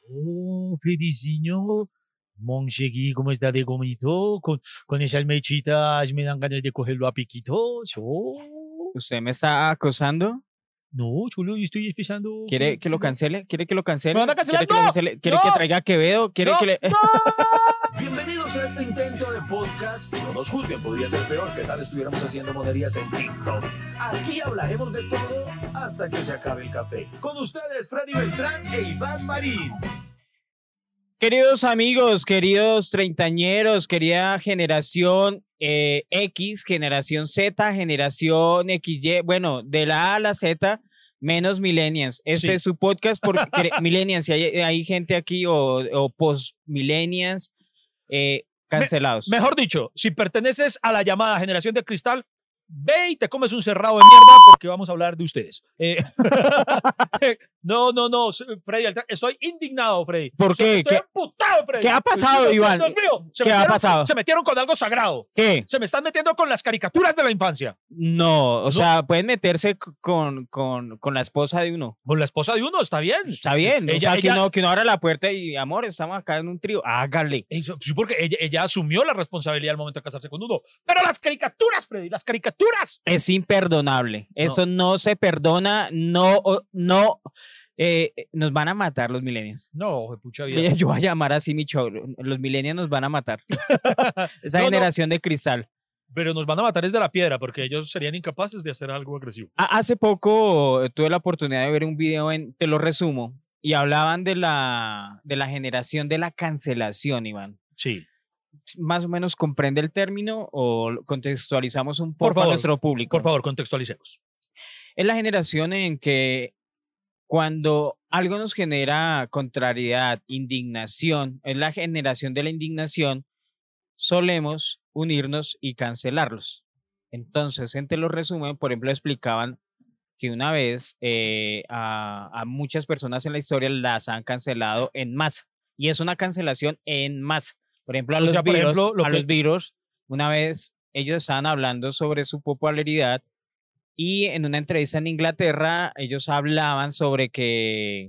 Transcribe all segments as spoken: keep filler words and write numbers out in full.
Oh, Frediciño, Monchegui, ¿cómo está de gomito? Con, con esas mechitas me dan ganas de cogerlo a piquitos. Oh. ¿Usted me está acosando? No, chulo, yo estoy empezando. ¿Quiere que lo cancele? ¿Quiere que lo cancele? ¿Me van a cancelar? ¿Quiere que, lo ¡No! cancele? ¿Quiere ¡No! que traiga a Quevedo? ¿Quiere ¡No! que le...? ¡No! Bienvenidos a este intento de podcast. No nos juzguen, podría ser peor que tal estuviéramos haciendo monerías en TikTok. Aquí hablaremos de todo hasta que se acabe el café. Con ustedes, Freddy Beltrán e Iván Marín. Queridos amigos, queridos treintañeros, querida generación eh, X, generación Z, generación X Y, bueno, de la A a la Z, menos millennials. Este Sí. es su podcast por millennials, si hay, hay gente aquí o, o post-millennials eh, cancelados. Me, mejor dicho, si perteneces a la llamada generación de cristal, ve y te comes un cerrado de mierda porque vamos a hablar de ustedes. Eh, no, no, no, Freddy, estoy indignado, Freddy. ¿Por qué? Estoy ¿Qué, emputado, Freddy. ¿Qué ha pasado, Dios, Iván? Dios mío, se ¿Qué metieron, ha pasado? Se metieron con algo sagrado. ¿Qué? Se me están metiendo con las caricaturas de la infancia. No, o No. sea, pueden meterse con, con, con la esposa de uno. Con la esposa de uno, está bien. Está bien. Ella- o sea, que, ella- uno, que uno abra la puerta y, amor, estamos acá en un trío. Hágale. Eso, sí, porque ella, ella asumió la responsabilidad al momento de casarse con uno. Pero las caricaturas, Freddy, las caricaturas. Es imperdonable. Eso no se perdona. No, o- no. eh, nos van a matar los millennials. No, pucha Yo, vida. yo voy a llamar así mi show. Los millennials nos van a matar. Esa No, no. generación de cristal. Pero nos van a matar desde la piedra porque ellos serían incapaces de hacer algo agresivo. Ha- Hace poco eh, tuve la oportunidad de ver un video en, te lo resumo, y hablaban de la, de la generación de la cancelación, Iván. Sí. ¿Más o menos comprende el término o lo contextualizamos un Por poco a favor, nuestro público? Por favor, contextualicemos. Es la generación en que cuando algo nos genera contrariedad, indignación, es la generación de la indignación, solemos unirnos y cancelarlos. Entonces, entre los resumen, por ejemplo, explicaban que una vez eh, a, a muchas personas en la historia las han cancelado en masa. Y es una cancelación en masa. Por ejemplo, a O los sea, por virus, ejemplo, lo a que- los virus, una vez ellos estaban hablando sobre su popularidad y en una entrevista en Inglaterra ellos hablaban sobre que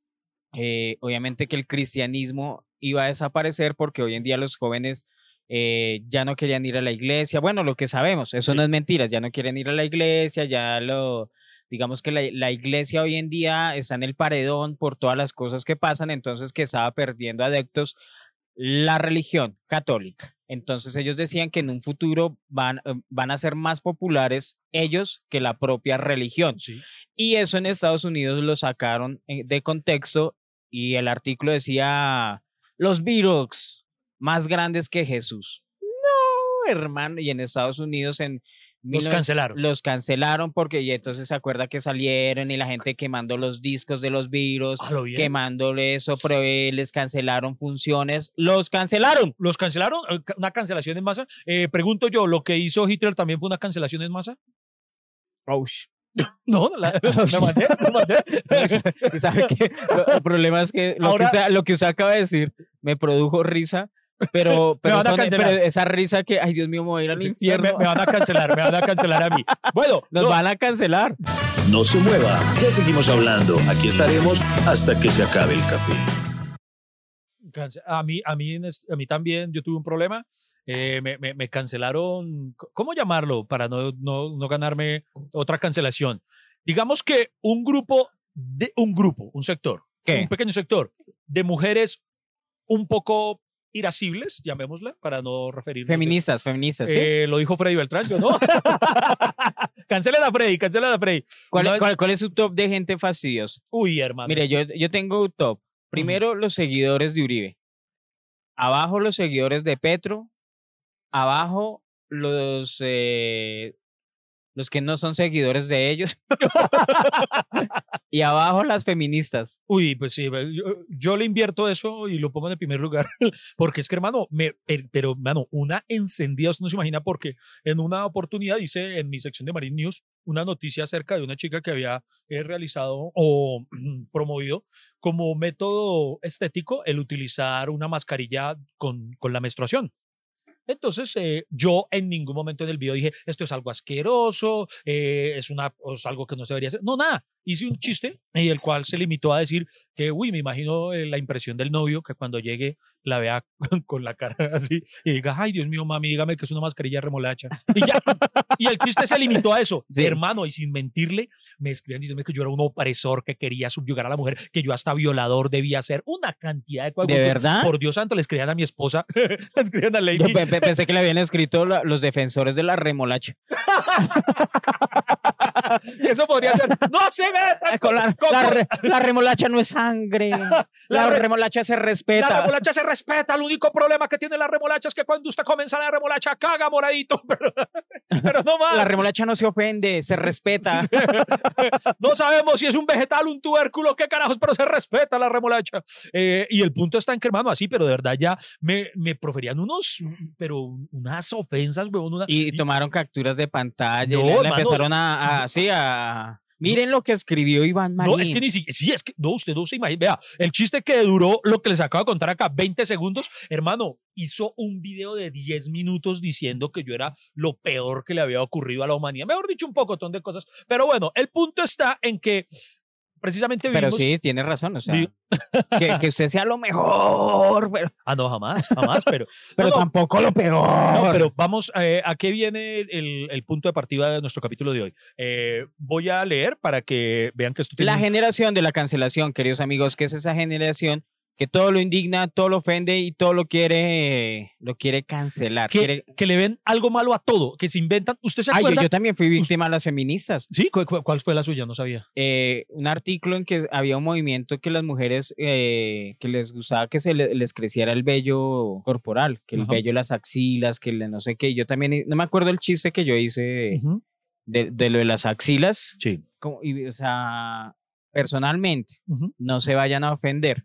eh, obviamente que el cristianismo iba a desaparecer porque hoy en día los jóvenes eh, ya no querían ir a la iglesia. Bueno, lo que sabemos, eso Sí. no es mentira, ya no quieren ir a la iglesia, ya lo, digamos que la, la iglesia hoy en día está en el paredón por todas las cosas que pasan, entonces que estaba perdiendo adeptos la religión católica. Entonces ellos decían que en un futuro van, eh, van a ser más populares ellos que la propia religión. Sí. Y eso en Estados Unidos lo sacaron eh, de contexto y el artículo decía los Beatles más grandes que Jesús. No, hermano. Y en Estados Unidos en Los mil novecientos cancelaron. Los cancelaron porque y entonces se acuerda que salieron y la gente quemando los discos de los Beatles, Ah, lo bien. quemándole eso, pero eh, les cancelaron funciones. Los cancelaron. ¿Los cancelaron? Eh, ca- ¿Una cancelación en masa? Eh, pregunto yo, ¿lo que hizo Hitler también fue una cancelación en masa? Ouch. No, la, la mandé, la mandé. ¿Sabe qué? Lo- El problema es que lo, Ahora- que usted, lo que usted acaba de decir me produjo risa, pero, pero, van a son- cancelar. pero esa risa que, ay Dios mío, me voy a ir al Sí, infierno. Me, me van a cancelar, me van a cancelar a mí. Bueno, Nos no, van a cancelar. No se mueva, ya seguimos hablando. Aquí estaremos hasta que se acabe el café. cance- a mí, a mí, en es- a mí también yo tuve un problema. Eh, me, me- me cancelaron, ¿cómo llamarlo? Para no, no, no ganarme otra cancelación. Digamos que un grupo, de, un grupo, un sector, ¿Qué? un pequeño sector de mujeres un poco irascibles, llamémosla, para no referirnos. de- Feministas, feministas, ¿sí? Eh, lo dijo Freddy Beltrán, yo no. Cancelen a Freddy, cancelen a Freddy. ¿Cuál, Una vez- cuál- cuál es su top de gente fastidiosa? Uy, hermano. Mire, yo, yo tengo un top. Primero, los seguidores de Uribe. Abajo, los seguidores de Petro. Abajo, los, eh, los que no son seguidores de ellos. Y abajo, las feministas. Uy, pues sí, yo, yo le invierto eso y lo pongo en el primer lugar, porque es que, hermano, me, per- pero, hermano, una encendida, usted no se imagina, porque en una oportunidad hice en mi sección de Marine News una noticia acerca de una chica que había eh, realizado o promovido como método estético el utilizar una mascarilla con, con la menstruación. Entonces, eh, yo en ningún momento en el video dije, esto es algo asqueroso, eh, es, una, es algo que no se debería hacer. No, nada. hice un chiste y el cual se limitó a decir que, uy, me imagino eh, la impresión del novio que cuando llegue la vea con la cara así y diga, ay, Dios mío, mami, dígame que es una mascarilla de remolacha. Y ya. Y el chiste se limitó a eso. Sí. Hermano, y sin mentirle, me escribían diciéndome que yo era un opresor, que quería subyugar a la mujer, que yo hasta violador debía ser. Una cantidad de cosas. ¿De verdad? Por Dios santo, le escribían a mi esposa, le escribían a Lady. Yo pe- pe- pensé que le habían escrito la- los defensores de la remolacha. Y eso podría ser, no se metan Con la, con- la re- la remolacha no es sangre. La, La re- remolacha se La respeta. remolacha se respeta. El único problema que tiene la remolacha es que cuando usted comienza la remolacha caga moradito. Pero, pero no más. La remolacha no se ofende, se respeta. No sabemos si es un vegetal, un tubérculo, qué carajos, pero se respeta la remolacha. Eh, y el punto está en que, hermano, así, pero de verdad ya me, me proferían unos, pero unas ofensas, weón. Una, Y tomaron capturas de pantalla. No, y le, le hermano. empezaron a, a, así a... Miren lo que escribió Iván Marín. No, es que ni siquiera, sí, es que, no, usted no se imagina, vea, el chiste que duró, lo que les acabo de contar acá, veinte segundos, hermano, hizo un video de diez minutos diciendo que yo era lo peor que le había ocurrido a la humanidad, mejor dicho, un pocotón de cosas, pero bueno, el punto está en que precisamente Pero vivimos... sí, tiene razón, o sea, vi- que, que usted sea lo mejor, pero, Ah, no, jamás, jamás, pero... pero no, no, tampoco lo peor. No, pero vamos, eh, ¿a qué viene el, el punto de partida de nuestro capítulo de hoy? Eh, voy a leer para que vean que esto tiene La un- generación de la cancelación, queridos amigos, que es esa generación que todo lo indigna, todo lo ofende y todo lo quiere, lo quiere cancelar. que, Quiere- que le ven algo malo a todo, que se inventan. ¿Usted se Ay, yo, acuerda? yo también fui víctima de las feministas. Sí, ¿cu- cu- ¿cuál fue la suya? No sabía. Eh, un artículo en que había un movimiento que las mujeres eh, que les gustaba que se le- les creciera el vello corporal, que el Ajá. vello de las axilas, que le no sé qué. Yo también, no me acuerdo el chiste que yo hice Ujú. de, de lo de las axilas. Sí. Como, y, o sea, personalmente, Ujú. no se vayan a ofender.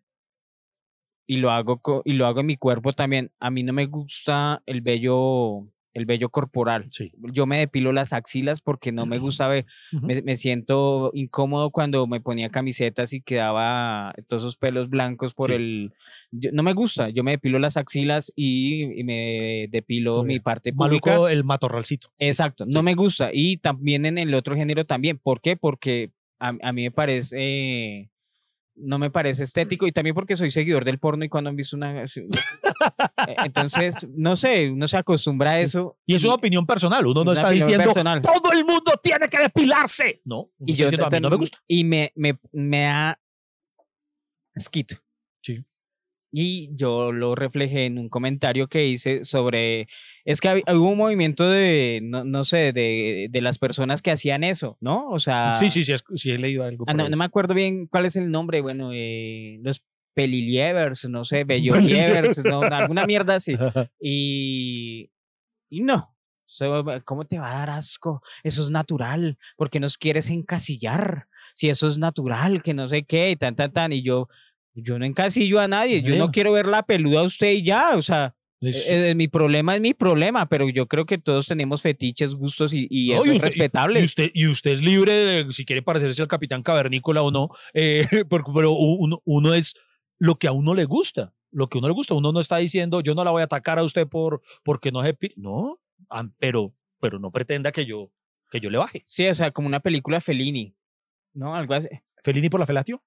Y lo hago co- y lo hago en mi cuerpo también. A mí no me gusta el vello, el vello corporal. Sí. Yo me depilo las axilas porque no me gusta ver, Ujú. me, me siento incómodo cuando me ponía camisetas y quedaba todos esos pelos blancos por Sí. el... yo- no me gusta, yo me depilo las axilas y, y me depilo Sí. mi parte pública. Maluco el matorralcito. Exacto, no me gusta. Y también en el otro género también. ¿Por qué? Porque a, a mí me parece... no me parece estético y también porque soy seguidor del porno y cuando han visto una... Entonces, no sé, uno se acostumbra a eso. Y es una opinión personal. Uno no Una está opinión diciendo personal. todo el mundo tiene que depilarse. No. uno Y está yo diciendo, a mí no me gusta. Y me, me, me da asquito. Sí. Y yo lo reflejé en un comentario que hice sobre, es que hab- hubo un movimiento de, no, no sé, de, de las personas que hacían eso, ¿no? O sea, Sí, sí, sí, es- sí he leído algo. ah, por no, ahí. no me acuerdo bien cuál es el nombre, bueno, eh, los pelilievers, no sé, bellolievers, no, alguna mierda así. Y, y no. So, ¿cómo te va a dar asco? Eso es natural. ¿Por qué nos quieres encasillar? Si eso es natural, que no sé qué, y tan, tan, tan. Y yo, yo no encasillo a nadie. Yo no Bueno. quiero ver la peluda a usted y ya. O sea, Es- eh, eh, mi problema es mi problema, pero yo creo que todos tenemos fetiches, gustos y, y No, eso y es usted- respetable. Y usted, y usted es libre de si quiere parecerse al capitán cavernícola o no, eh, porque- pero uno, uno es lo que a uno le gusta, lo que a uno le gusta. Uno no está diciendo, yo no la voy a atacar a usted por porque no se pi-". No, ah, pero, pero no pretenda que yo, que yo le baje. Sí, o sea, como una película Fellini, ¿no? Algo así. Felini por la felatio.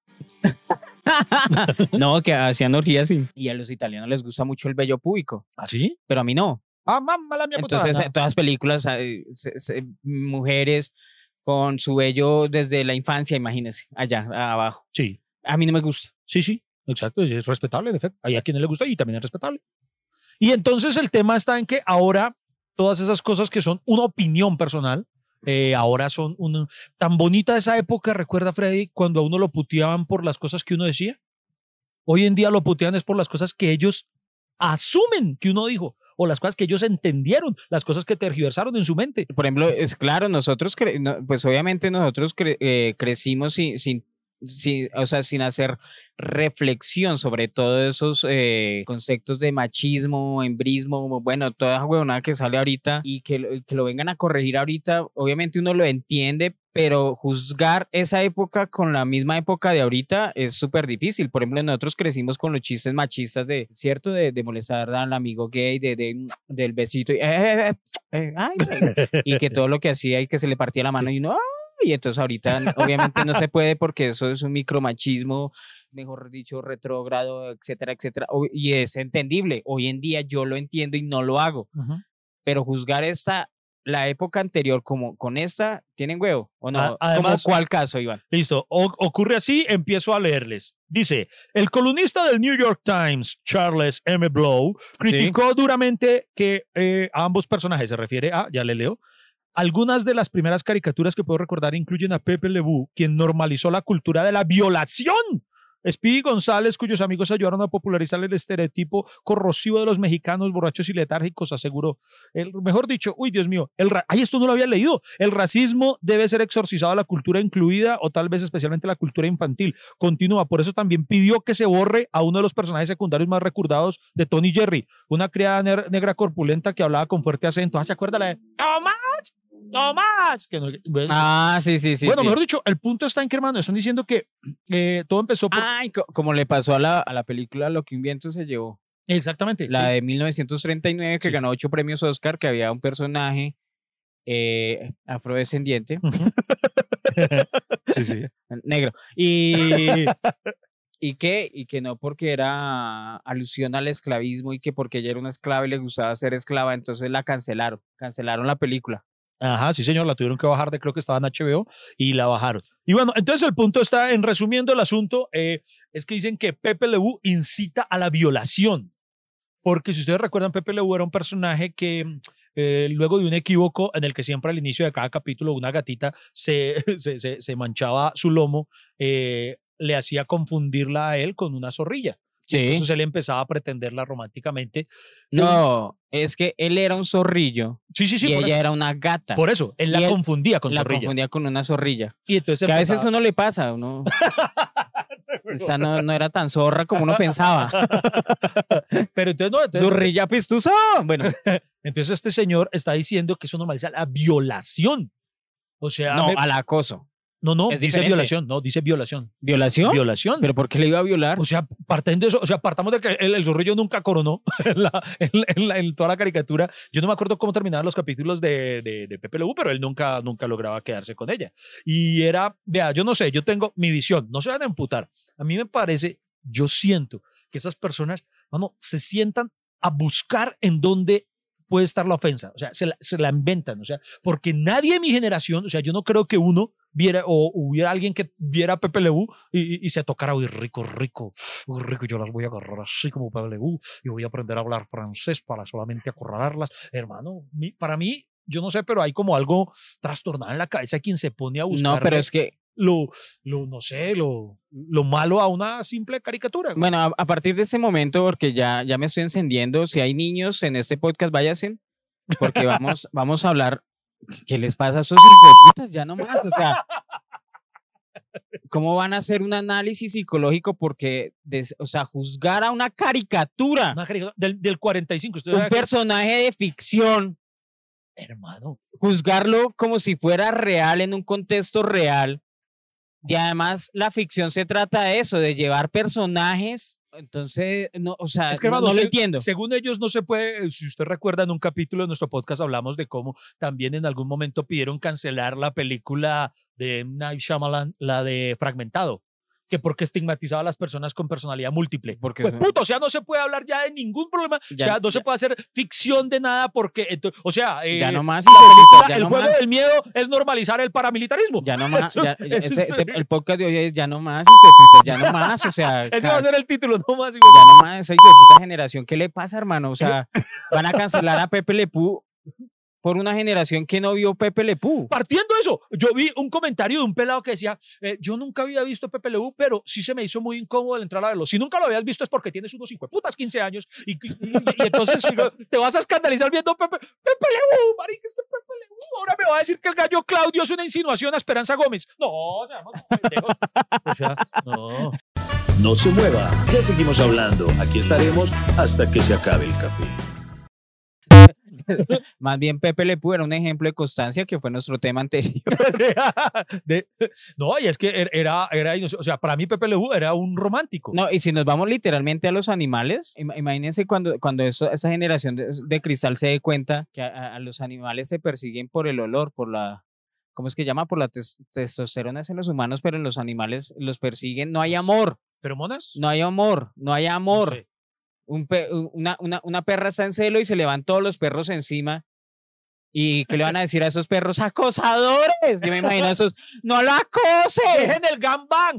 No, que hacían orgías y, y a los italianos les gusta mucho el vello púbico, ¿Ah, sí? pero a mí no. Ah, mamá, la mía Entonces, en todas las películas, eh, se- se- mujeres con su vello desde la infancia, imagínense, allá abajo. Sí, A mí no me gusta. sí, sí, exacto, es respetable, en efecto. Hay a quienes le gusta y también es respetable. Y entonces el tema está en que ahora todas esas cosas que son una opinión personal, eh, ahora son un, tan bonita esa época, recuerda Freddy, cuando a uno lo puteaban por las cosas que uno decía. Hoy en día lo putean es por las cosas que ellos asumen que uno dijo o las cosas que ellos entendieron, las cosas que tergiversaron en su mente. Por ejemplo, es claro, nosotros, cre- no, pues obviamente nosotros cre- eh, crecimos sin, sin, sin, o sea, sin hacer reflexión sobre todos esos eh, conceptos de machismo, embrismo, bueno, toda esa huevonada que sale ahorita y que, lo- que lo vengan a corregir ahorita, obviamente uno lo entiende, pero juzgar esa época con la misma época de ahorita es súper difícil. Por ejemplo, nosotros crecimos con los chistes machistas de, ¿cierto? De, de molestar al amigo gay, de, de, del besito, y, eh, eh, eh, eh, ay, y que todo lo que hacía y que se le partía la mano y no, y entonces ahorita obviamente no se puede porque eso es un micromachismo, mejor dicho, retrógrado, etcétera, etcétera, y es entendible. Hoy en día yo lo entiendo y no lo hago, Uh-huh. pero juzgar esta, la época anterior como con esta, ¿tienen huevo o no? A- además- ¿Cómo cuál caso, Iván? Listo, o- ocurre así, empiezo a leerles. Dice, el columnista del New York Times, Charles M. Blow, criticó duramente que eh, a ambos personajes, se refiere a, ya le leo, algunas de las primeras caricaturas que puedo recordar incluyen a Pepe Le Pew, quien normalizó la cultura de la violación. Speedy González, cuyos amigos ayudaron a popularizar el estereotipo corrosivo de los mexicanos borrachos y letárgicos, aseguró. El, mejor dicho, uy, Dios mío, el ra- ay, esto no lo había leído. El racismo debe ser exorcizado a la cultura incluida o tal vez especialmente la cultura infantil. Continúa, por eso también pidió que se borre a uno de los personajes secundarios más recordados de Tony Jerry, una criada ne- negra corpulenta que hablaba con fuerte acento. Ah, ¿se acuerda la de ¡Tomás! ¡Tomás! Que no, Ah, sí, sí, sí. bueno, sí. mejor dicho, el punto está en que, hermano, están diciendo que eh, todo empezó por... Ay, co- como le pasó a la, a la película Lo que un viento se llevó. Exactamente. La sí. de mil novecientos treinta y nueve que Sí. ganó ocho premios Oscar, que había un personaje eh, afrodescendiente, Sí, sí. negro. Y, y que y que no porque era alusión al esclavismo y que porque ella era una esclava y le gustaba ser esclava, entonces la cancelaron. Cancelaron la película. Ajá, sí, señor, la tuvieron que bajar de, creo que estaba en H B O y la bajaron. Y bueno, entonces el punto está, en resumiendo el asunto, eh, es que dicen que Pepe Le Pew incita a la violación. Porque si ustedes recuerdan, Pepe Le Pew era un personaje que eh, luego de un equívoco en el que siempre al inicio de cada capítulo una gatita se, se, se, se manchaba su lomo, eh, le hacía confundirla a él con una zorrilla. Sí. Entonces él empezaba a pretenderla románticamente. No, es que él era un zorrillo Sí, sí, sí. y por, ella eso, era una gata. por eso, él Y la él confundía con la zorrilla. confundía con una zorrilla. Y entonces Que a veces empezaba- uno le pasa, uno esta no, no era tan zorra como uno pensaba. Pero entonces no, entonces, Zorrilla pistusa. Bueno, entonces este señor está diciendo que eso normaliza la violación. O sea, no, me- al acoso. no, no, es dice diferente. violación, no, dice violación. ¿Violación? Violación. ¿Pero por qué le iba a violar? O sea, partiendo de eso, o sea, partamos de que el, el zorrillo nunca coronó en, la- en la- en la- en toda la caricatura. Yo no me acuerdo cómo terminaban los capítulos de, de, de Pepe Le Pew, pero él nunca, nunca lograba quedarse con ella. Y era, vea, yo no sé, yo tengo mi visión, no se van a emputar. A mí me parece, yo siento que esas personas, mano, se sientan a buscar en dónde puede estar la ofensa. O sea, se la, se la inventan. O sea, porque nadie de mi generación, o sea, yo no creo que uno viera o hubiera alguien que viera a Pepe Le Pew y, y, y se tocara, uy, rico, rico, uy, rico, yo las voy a agarrar así como Pepe Le Pew y voy a aprender a hablar francés para solamente acorralarlas. Hermano, mi, para mí, yo no sé, pero hay como algo trastornado en la cabeza quien se pone a buscar No, pero es que, lo, lo, no sé, lo, lo malo a una simple caricatura. bueno, a, a partir de ese momento, porque ya, ya me estoy encendiendo, si hay niños en este podcast, váyanse, porque vamos, vamos a hablar. ¿Qué les pasa a esos hijos de putas? Ya no más, o sea, ¿cómo van a hacer un análisis psicológico? Porque, des- o sea, juzgar a una caricatura, Una caricatura del, del cuarenta y cinco. Usted un sabe que- personaje de ficción, hermano, juzgarlo como si fuera real en un contexto real. Y además, la ficción se trata de eso, de llevar personajes. Entonces, no, o sea, es que no, hermano, no lo se- entiendo. según ellos no se puede, si usted recuerda en un capítulo de nuestro podcast hablamos de cómo también en algún momento pidieron cancelar la película de M. Night Shyamalan, la de Fragmentado, que porque estigmatizaba a las personas con personalidad múltiple. Porque Pues eso- puto, o sea, no se puede hablar ya de ningún problema, Ya- o sea, no se ya- puede hacer ficción de nada porque, ento- o sea, eh, Ya no más, la hijo de puta, película, ya el no juego más. del miedo es normalizar el paramilitarismo. Ya no más, Eso- ya- ya- eso ese- es- ese- el podcast de hoy es ya no más, hijo de puta, ya no más, o sea, Ese va a ca- ser el título, no más. ya no más, esa hijo de puta generación, ¿qué le pasa, hermano? O sea, van a cancelar a Pepe Le Pew por una generación que no vio Pepe Le Pew. Partiendo de eso, yo vi un comentario de un pelado que decía, eh, yo nunca había visto Pepe Le Pew, pero sí se me hizo muy incómodo el entrar a verlo. Si nunca lo habías visto es porque tienes unos cinco putas quince años y, y- y- y entonces digo, te vas a escandalizar viendo Pepe, Pepe Le Pew, marica, es que Pepe Le Pew. Ahora me va a decir que el gallo Claudio es una insinuación a Esperanza Gómez. No, o sea, no, pendejos. O sea, no. No se mueva, ya seguimos hablando. Aquí estaremos hasta que se acabe el café. Más bien Pepe Le Pew era un ejemplo de constancia que fue nuestro tema anterior. O sea, de- no, y es que er, era, era, o sea, para mí Pepe Le Pew era un romántico. No, y si nos vamos literalmente a los animales, ima- imagínense cuando, cuando eso- esa generación de, de cristal se dé cuenta que a, a- a los animales se persiguen por el olor, por la, ¿cómo es que llama? Por la tes- testosterona es en los humanos, pero en los animales los persiguen. No hay amor, ¿Feromonas? no hay amor, no hay No amor. sé. Un pe- una, una, una perra está en celo y se le van todos los perros encima. ¿Y qué le van a decir a esos perros? ¡Acosadores! Yo me imagino a esos, ¡no la acose! ¡Dejen el gangbang!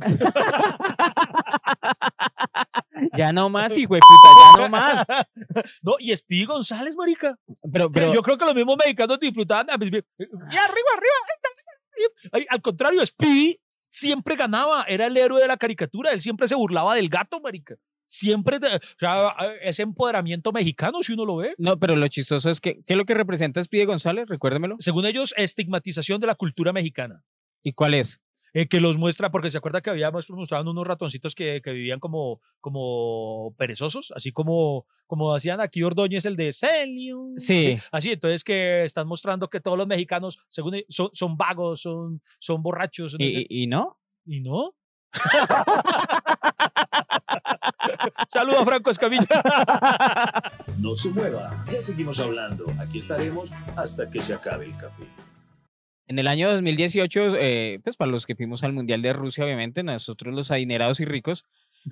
Ya no más, hijo de puta, ya no más. No, y Speedy González, marica. Pero, Que pero yo creo que los mismos mexicanos disfrutaban. Y arriba, arriba. Ay, al contrario, Speedy siempre ganaba. Era el héroe de la caricatura. Él siempre se burlaba del gato, marica. Siempre, de- o sea, ese empoderamiento mexicano, si uno lo ve. no, pero lo chistoso es que, ¿qué es lo que representa Speedy González? Recuérdemelo. Según ellos, estigmatización de la cultura mexicana. ¿Y cuál es? Eh, que los muestra, porque se acuerda que había mostraban unos ratoncitos que, que vivían como, como perezosos, así como, como hacían aquí Ordóñez el de Celio. Sí. Así, entonces que están mostrando que todos los mexicanos, según ellos, son, son vagos, son, son borrachos. ¿Y, y, y no? ¿Y no? Saludos, Franco Escamilla. No se mueva, ya seguimos hablando. Aquí estaremos hasta que se acabe el café. En el año dos mil dieciocho, eh, pues para los que fuimos al Mundial de Rusia, obviamente, nosotros los adinerados y ricos,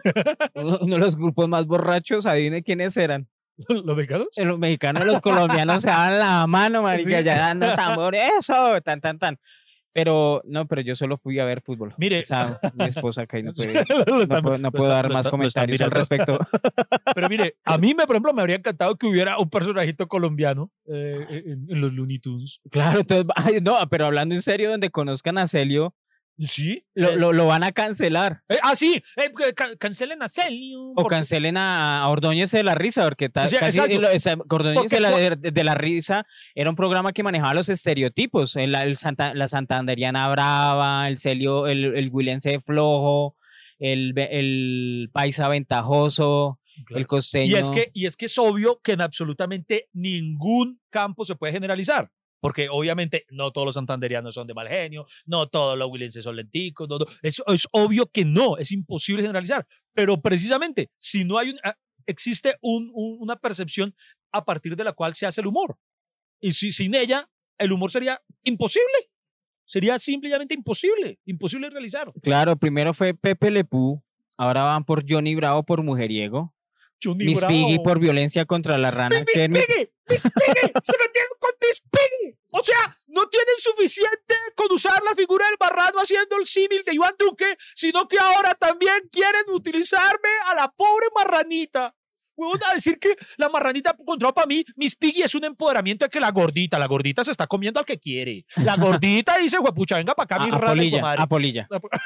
uno, uno de los grupos más borrachos, adivine quiénes eran. ¿Los mexicanos? Eh, Los mexicanos, los colombianos se daban la mano, marica, Sí. ya dando tambor, eso, tan, tan, tan. Pero, no, pero yo solo fui a ver fútbol. Mire. O sea, mi esposa acá y no puede, Lo no están- puedo, no lo puedo están- dar lo más están- lo están comentarios al mirando. respecto. Pero mire, a mí, me, por ejemplo, me habría encantado que hubiera un personajito colombiano eh, en, en los Looney Tunes. Claro, entonces, ay, no, pero hablando en serio, donde conozcan a Celio, Sí. lo, eh, lo, lo van a cancelar. eh, ah, sí. eh, que can- cancelen a Celio. O porque- cancelen a, a Ordóñez de la Risa, porque ta- O sea, casi exacto. lo- esa- Ordóñez Porque de la, cua- de, de la Risa era un programa que manejaba los estereotipos. El, el Santa- la Santanderiana brava, el Celio, el, el Willense flojo, el, ve- el paisa ventajoso, Claro. el costeño. Y es, que, y es que es obvio que en absolutamente ningún campo se puede generalizar. Porque obviamente no todos los santanderianos son de mal genio, no todos los huilenses son lenticos, no, no, eso es obvio que no, es imposible generalizar. Pero precisamente, si no hay un, ah, existe un, un- una percepción a partir de la cual se hace el humor. Y si, sin ella, el humor sería imposible. Sería simplemente imposible, imposible de realizar. Claro, primero fue Pepe Le Pew, ahora van por Johnny Bravo por mujeriego, Johnny Miss Bravo. Piggy por violencia contra la rana. Miss que es mi- Piggy, Miss Piggy, se metieron con Miss Piggy. O sea, no tienen suficiente con usar la figura del marrano haciendo el símil de Iván Duque, sino que ahora también quieren utilizarme a la pobre marranita. Huevón, a decir que la marranita encontró para mí, Miss Piggy es un empoderamiento de que la gordita, la gordita se está comiendo al que quiere. La gordita dice, huepucha, venga para acá, a, mi a rana, hijo de polilla, madre. a polilla.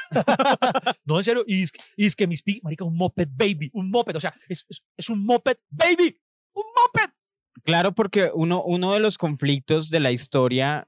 No, en serio, y es, y es que Miss Piggy, marica, un moped baby, un moped, o sea, es, es, es un moped baby, un moped. Claro, porque uno, uno de los conflictos de la historia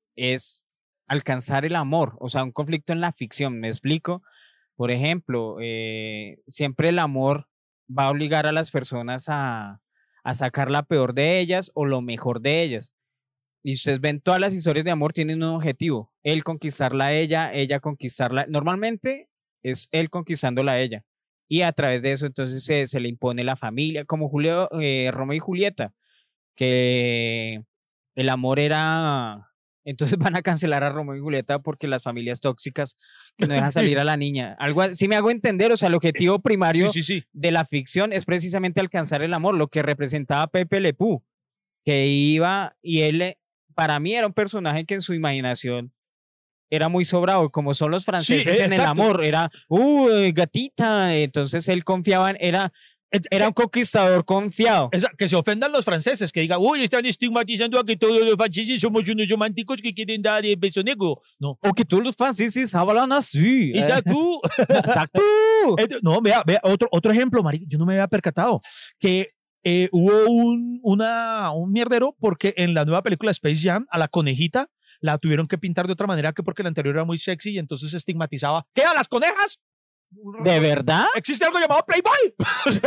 es alcanzar el amor, o sea, un conflicto en la ficción, ¿me explico? Por ejemplo, eh, siempre el amor va a obligar a las personas a, a sacar la peor de ellas o lo mejor de ellas. Y ustedes ven, todas las historias de amor tienen un objetivo, él conquistarla a ella, ella conquistarla. Normalmente es él conquistándola a ella. Y a través de eso entonces se, se le impone la familia, como Julio, eh, Romeo y Julieta, que el amor era... Entonces van a cancelar a Romeo y Julieta porque las familias tóxicas que no dejan salir a la niña. Algo así me hago entender, o sea, el objetivo primario Sí, sí, sí. de la ficción es precisamente alcanzar el amor, lo que representaba Pepe Le Pew, que iba y él, eh, para mí era un personaje que en su imaginación era muy sobrado, como son los franceses eh, en el exacto. amor, era, uh, gatita, entonces él confiaba en, era, era un conquistador confiado. Esa- que se ofendan los franceses, que digan, uy, están estigmatizando a que todos los franceses somos unos románticos que quieren dar el beso negro. No. O que todos los franceses hablan así. Y ya tú. Exacto. Ent- No, vea, vea, otro, otro ejemplo, marico, yo no me había percatado que eh, hubo un, una, un mierdero porque en la nueva película Space Jam a la conejita la tuvieron que pintar de otra manera que porque la anterior era muy sexy y entonces se estigmatizaba. ¿Qué? ¿A las conejas? ¿De verdad? ¿Existe algo llamado Playboy?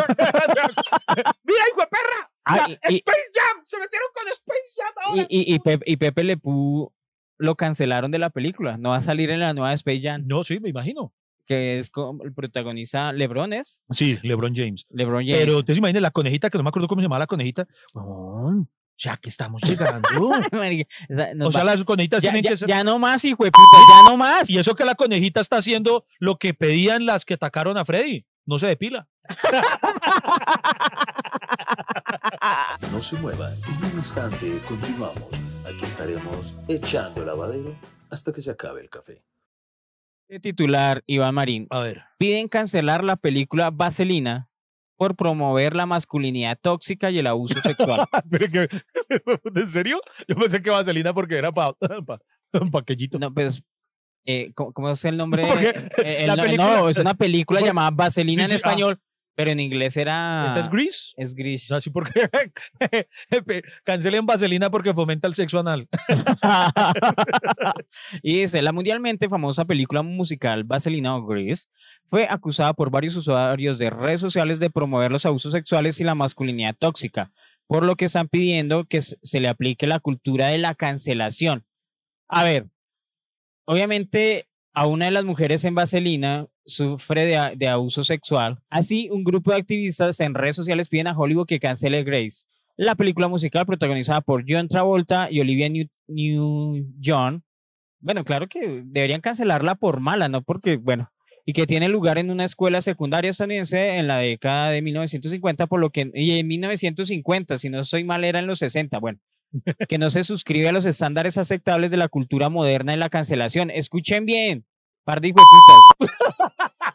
¡Mira, hijo de perra! Ah, La y- y- Space Jam, se metieron con Space Jam Y, ahora. y, y, Pepe, y Pepe Le Pew lo cancelaron de la película. No va a salir en la nueva Space Jam, No, sí, me imagino. que es como el protagonista LeBron es. Sí, LeBron James. LeBron James. Pero te imaginas la conejita, que no me acuerdo cómo se llamaba la conejita. Weón, sea, que estamos llegando. Marica, o sea, nos O sea, va- las conejitas ya, tienen ya- que ser... ya no más, hijo de puta, ya no más. Y eso que la conejita está haciendo lo que pedían las que atacaron a Freddy. No se depila. No se muevan, en un instante continuamos. Aquí estaremos echando lavadero hasta que se acabe el café. De titular, Iván Marín. A ver. Piden cancelar la película Vaselina por promover la masculinidad tóxica y el abuso sexual. Pero que, ¿en serio? Yo pensé que Vaselina porque era para pa, pa aquellito. No, pero es- eh, ¿cómo, cómo es el nombre? Porque Eh, el la no- película- no, es una película Por- llamada Vaselina Sí, en sí, ah. español, pero en inglés era... ¿Esta es Grease? Es gris. Así porque cancelen Vaselina porque fomenta el sexo anal. Y dice, la mundialmente famosa película musical Vaselina o Grease fue acusada por varios usuarios de redes sociales de promover los abusos sexuales y la masculinidad tóxica, por lo que están pidiendo que se se le aplique la cultura de la cancelación. A ver, obviamente a una de las mujeres en Vaselina sufre de, a- de abuso sexual. Así, un grupo de activistas en redes sociales piden a Hollywood que cancele Grace, la película musical protagonizada por John Travolta y Olivia New- Newton. Bueno, claro que deberían cancelarla por mala, ¿no? Porque, bueno, y que tiene lugar en una escuela secundaria estadounidense en la década de mil novecientos cincuenta, por lo que, y en mil novecientos cincuenta, si no soy mal, era en los sesenta, bueno, que no se suscribe a los estándares aceptables de la cultura moderna y la cancelación. Escuchen bien, par de hijueputas.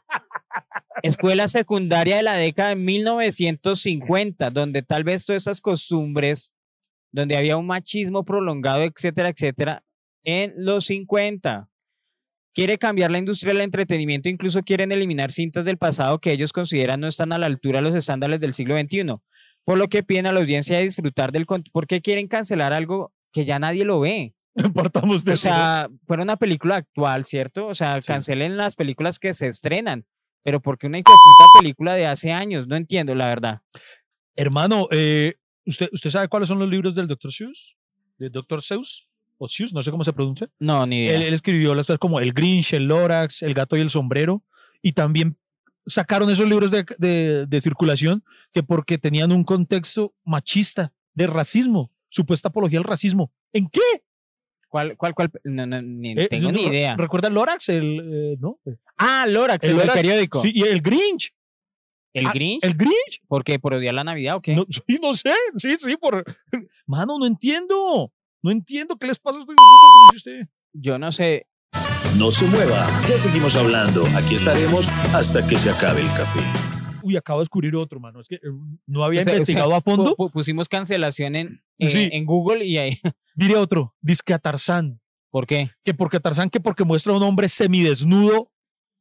Escuela secundaria de la década de mil novecientos cincuenta, donde tal vez todas estas costumbres, donde había un machismo prolongado, etcétera, etcétera, en los cincuenta. Quiere cambiar la industria del entretenimiento, incluso quieren eliminar cintas del pasado que ellos consideran no están a la altura de los estándares del siglo veintiuno. Por lo que piden a la audiencia disfrutar del contenido. ¿Por qué quieren cancelar algo que ya nadie lo ve? Partamos de O eso. sea, fuera una película actual, ¿cierto? O sea, Sí. cancelen las películas que se estrenan. Pero ¿por qué una hijo de puta película de hace años? No entiendo, la verdad. Hermano, eh, ¿usted, ¿usted sabe cuáles son los libros del doctor Seuss? ¿Del doctor Seuss? ¿O Seuss? No sé cómo se pronuncia. No, ni idea. Él, él escribió las cosas como El Grinch, El Lorax, El Gato y el Sombrero. Y también sacaron esos libros de, de, de circulación que porque tenían un contexto machista, de racismo, supuesta apología al racismo. ¿En qué? ¿Cuál, cuál, cuál? No, no, ni Eh, tengo ni ¿re- idea. ¿Recuerda el Lorax? El, eh, ¿no? Ah, Lorax, el, del Lorax, periódico. sí, y el Grinch. ¿El Ah, Grinch? ¿El Grinch? ¿Por qué? ¿Por odiar la Navidad o qué? No, sí, no sé. Sí, sí, por... Mano, no entiendo. No entiendo qué les pasa a estos putos, como dice usted. Yo no sé. No se mueva, ya seguimos hablando. Aquí estaremos hasta que se acabe el café. Uy, acabo de descubrir otro, mano. Es que eh, no había O sea, investigado o sea, a fondo. pu- pu- pusimos cancelación en, eh, Sí. en Google y ahí. Diré otro. Disque a Tarzán. ¿Por qué? Que porque Tarzán, que porque muestra a un hombre semidesnudo,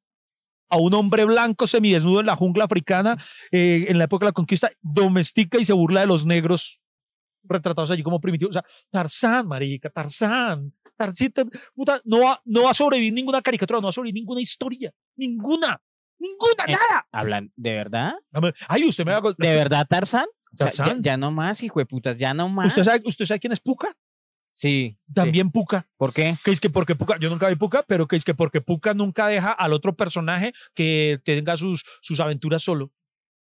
a un hombre blanco semidesnudo en la jungla africana, eh, en la época de la conquista, domestica y se burla de los negros retratados allí como primitivos. O sea, Tarzán, marica, Tarzán. Tarzita, puta, no va, no va a sobrevivir ninguna caricatura, no va a sobrevivir ninguna historia. Ninguna. Ninguna, Eh, nada. Hablan, ¿de verdad? Ay, usted me va a... ¿De verdad, Tarzán? O sea, ya, Tarzán. ya no más, hijo de putas, ya no más. ¿Usted sabe, ¿Usted sabe quién es Pucca? Sí. También Pucca. Sí. ¿Por qué? Que es que porque Pucca, yo nunca vi Pucca, pero que es que porque Pucca nunca deja al otro personaje que tenga sus, sus aventuras solo.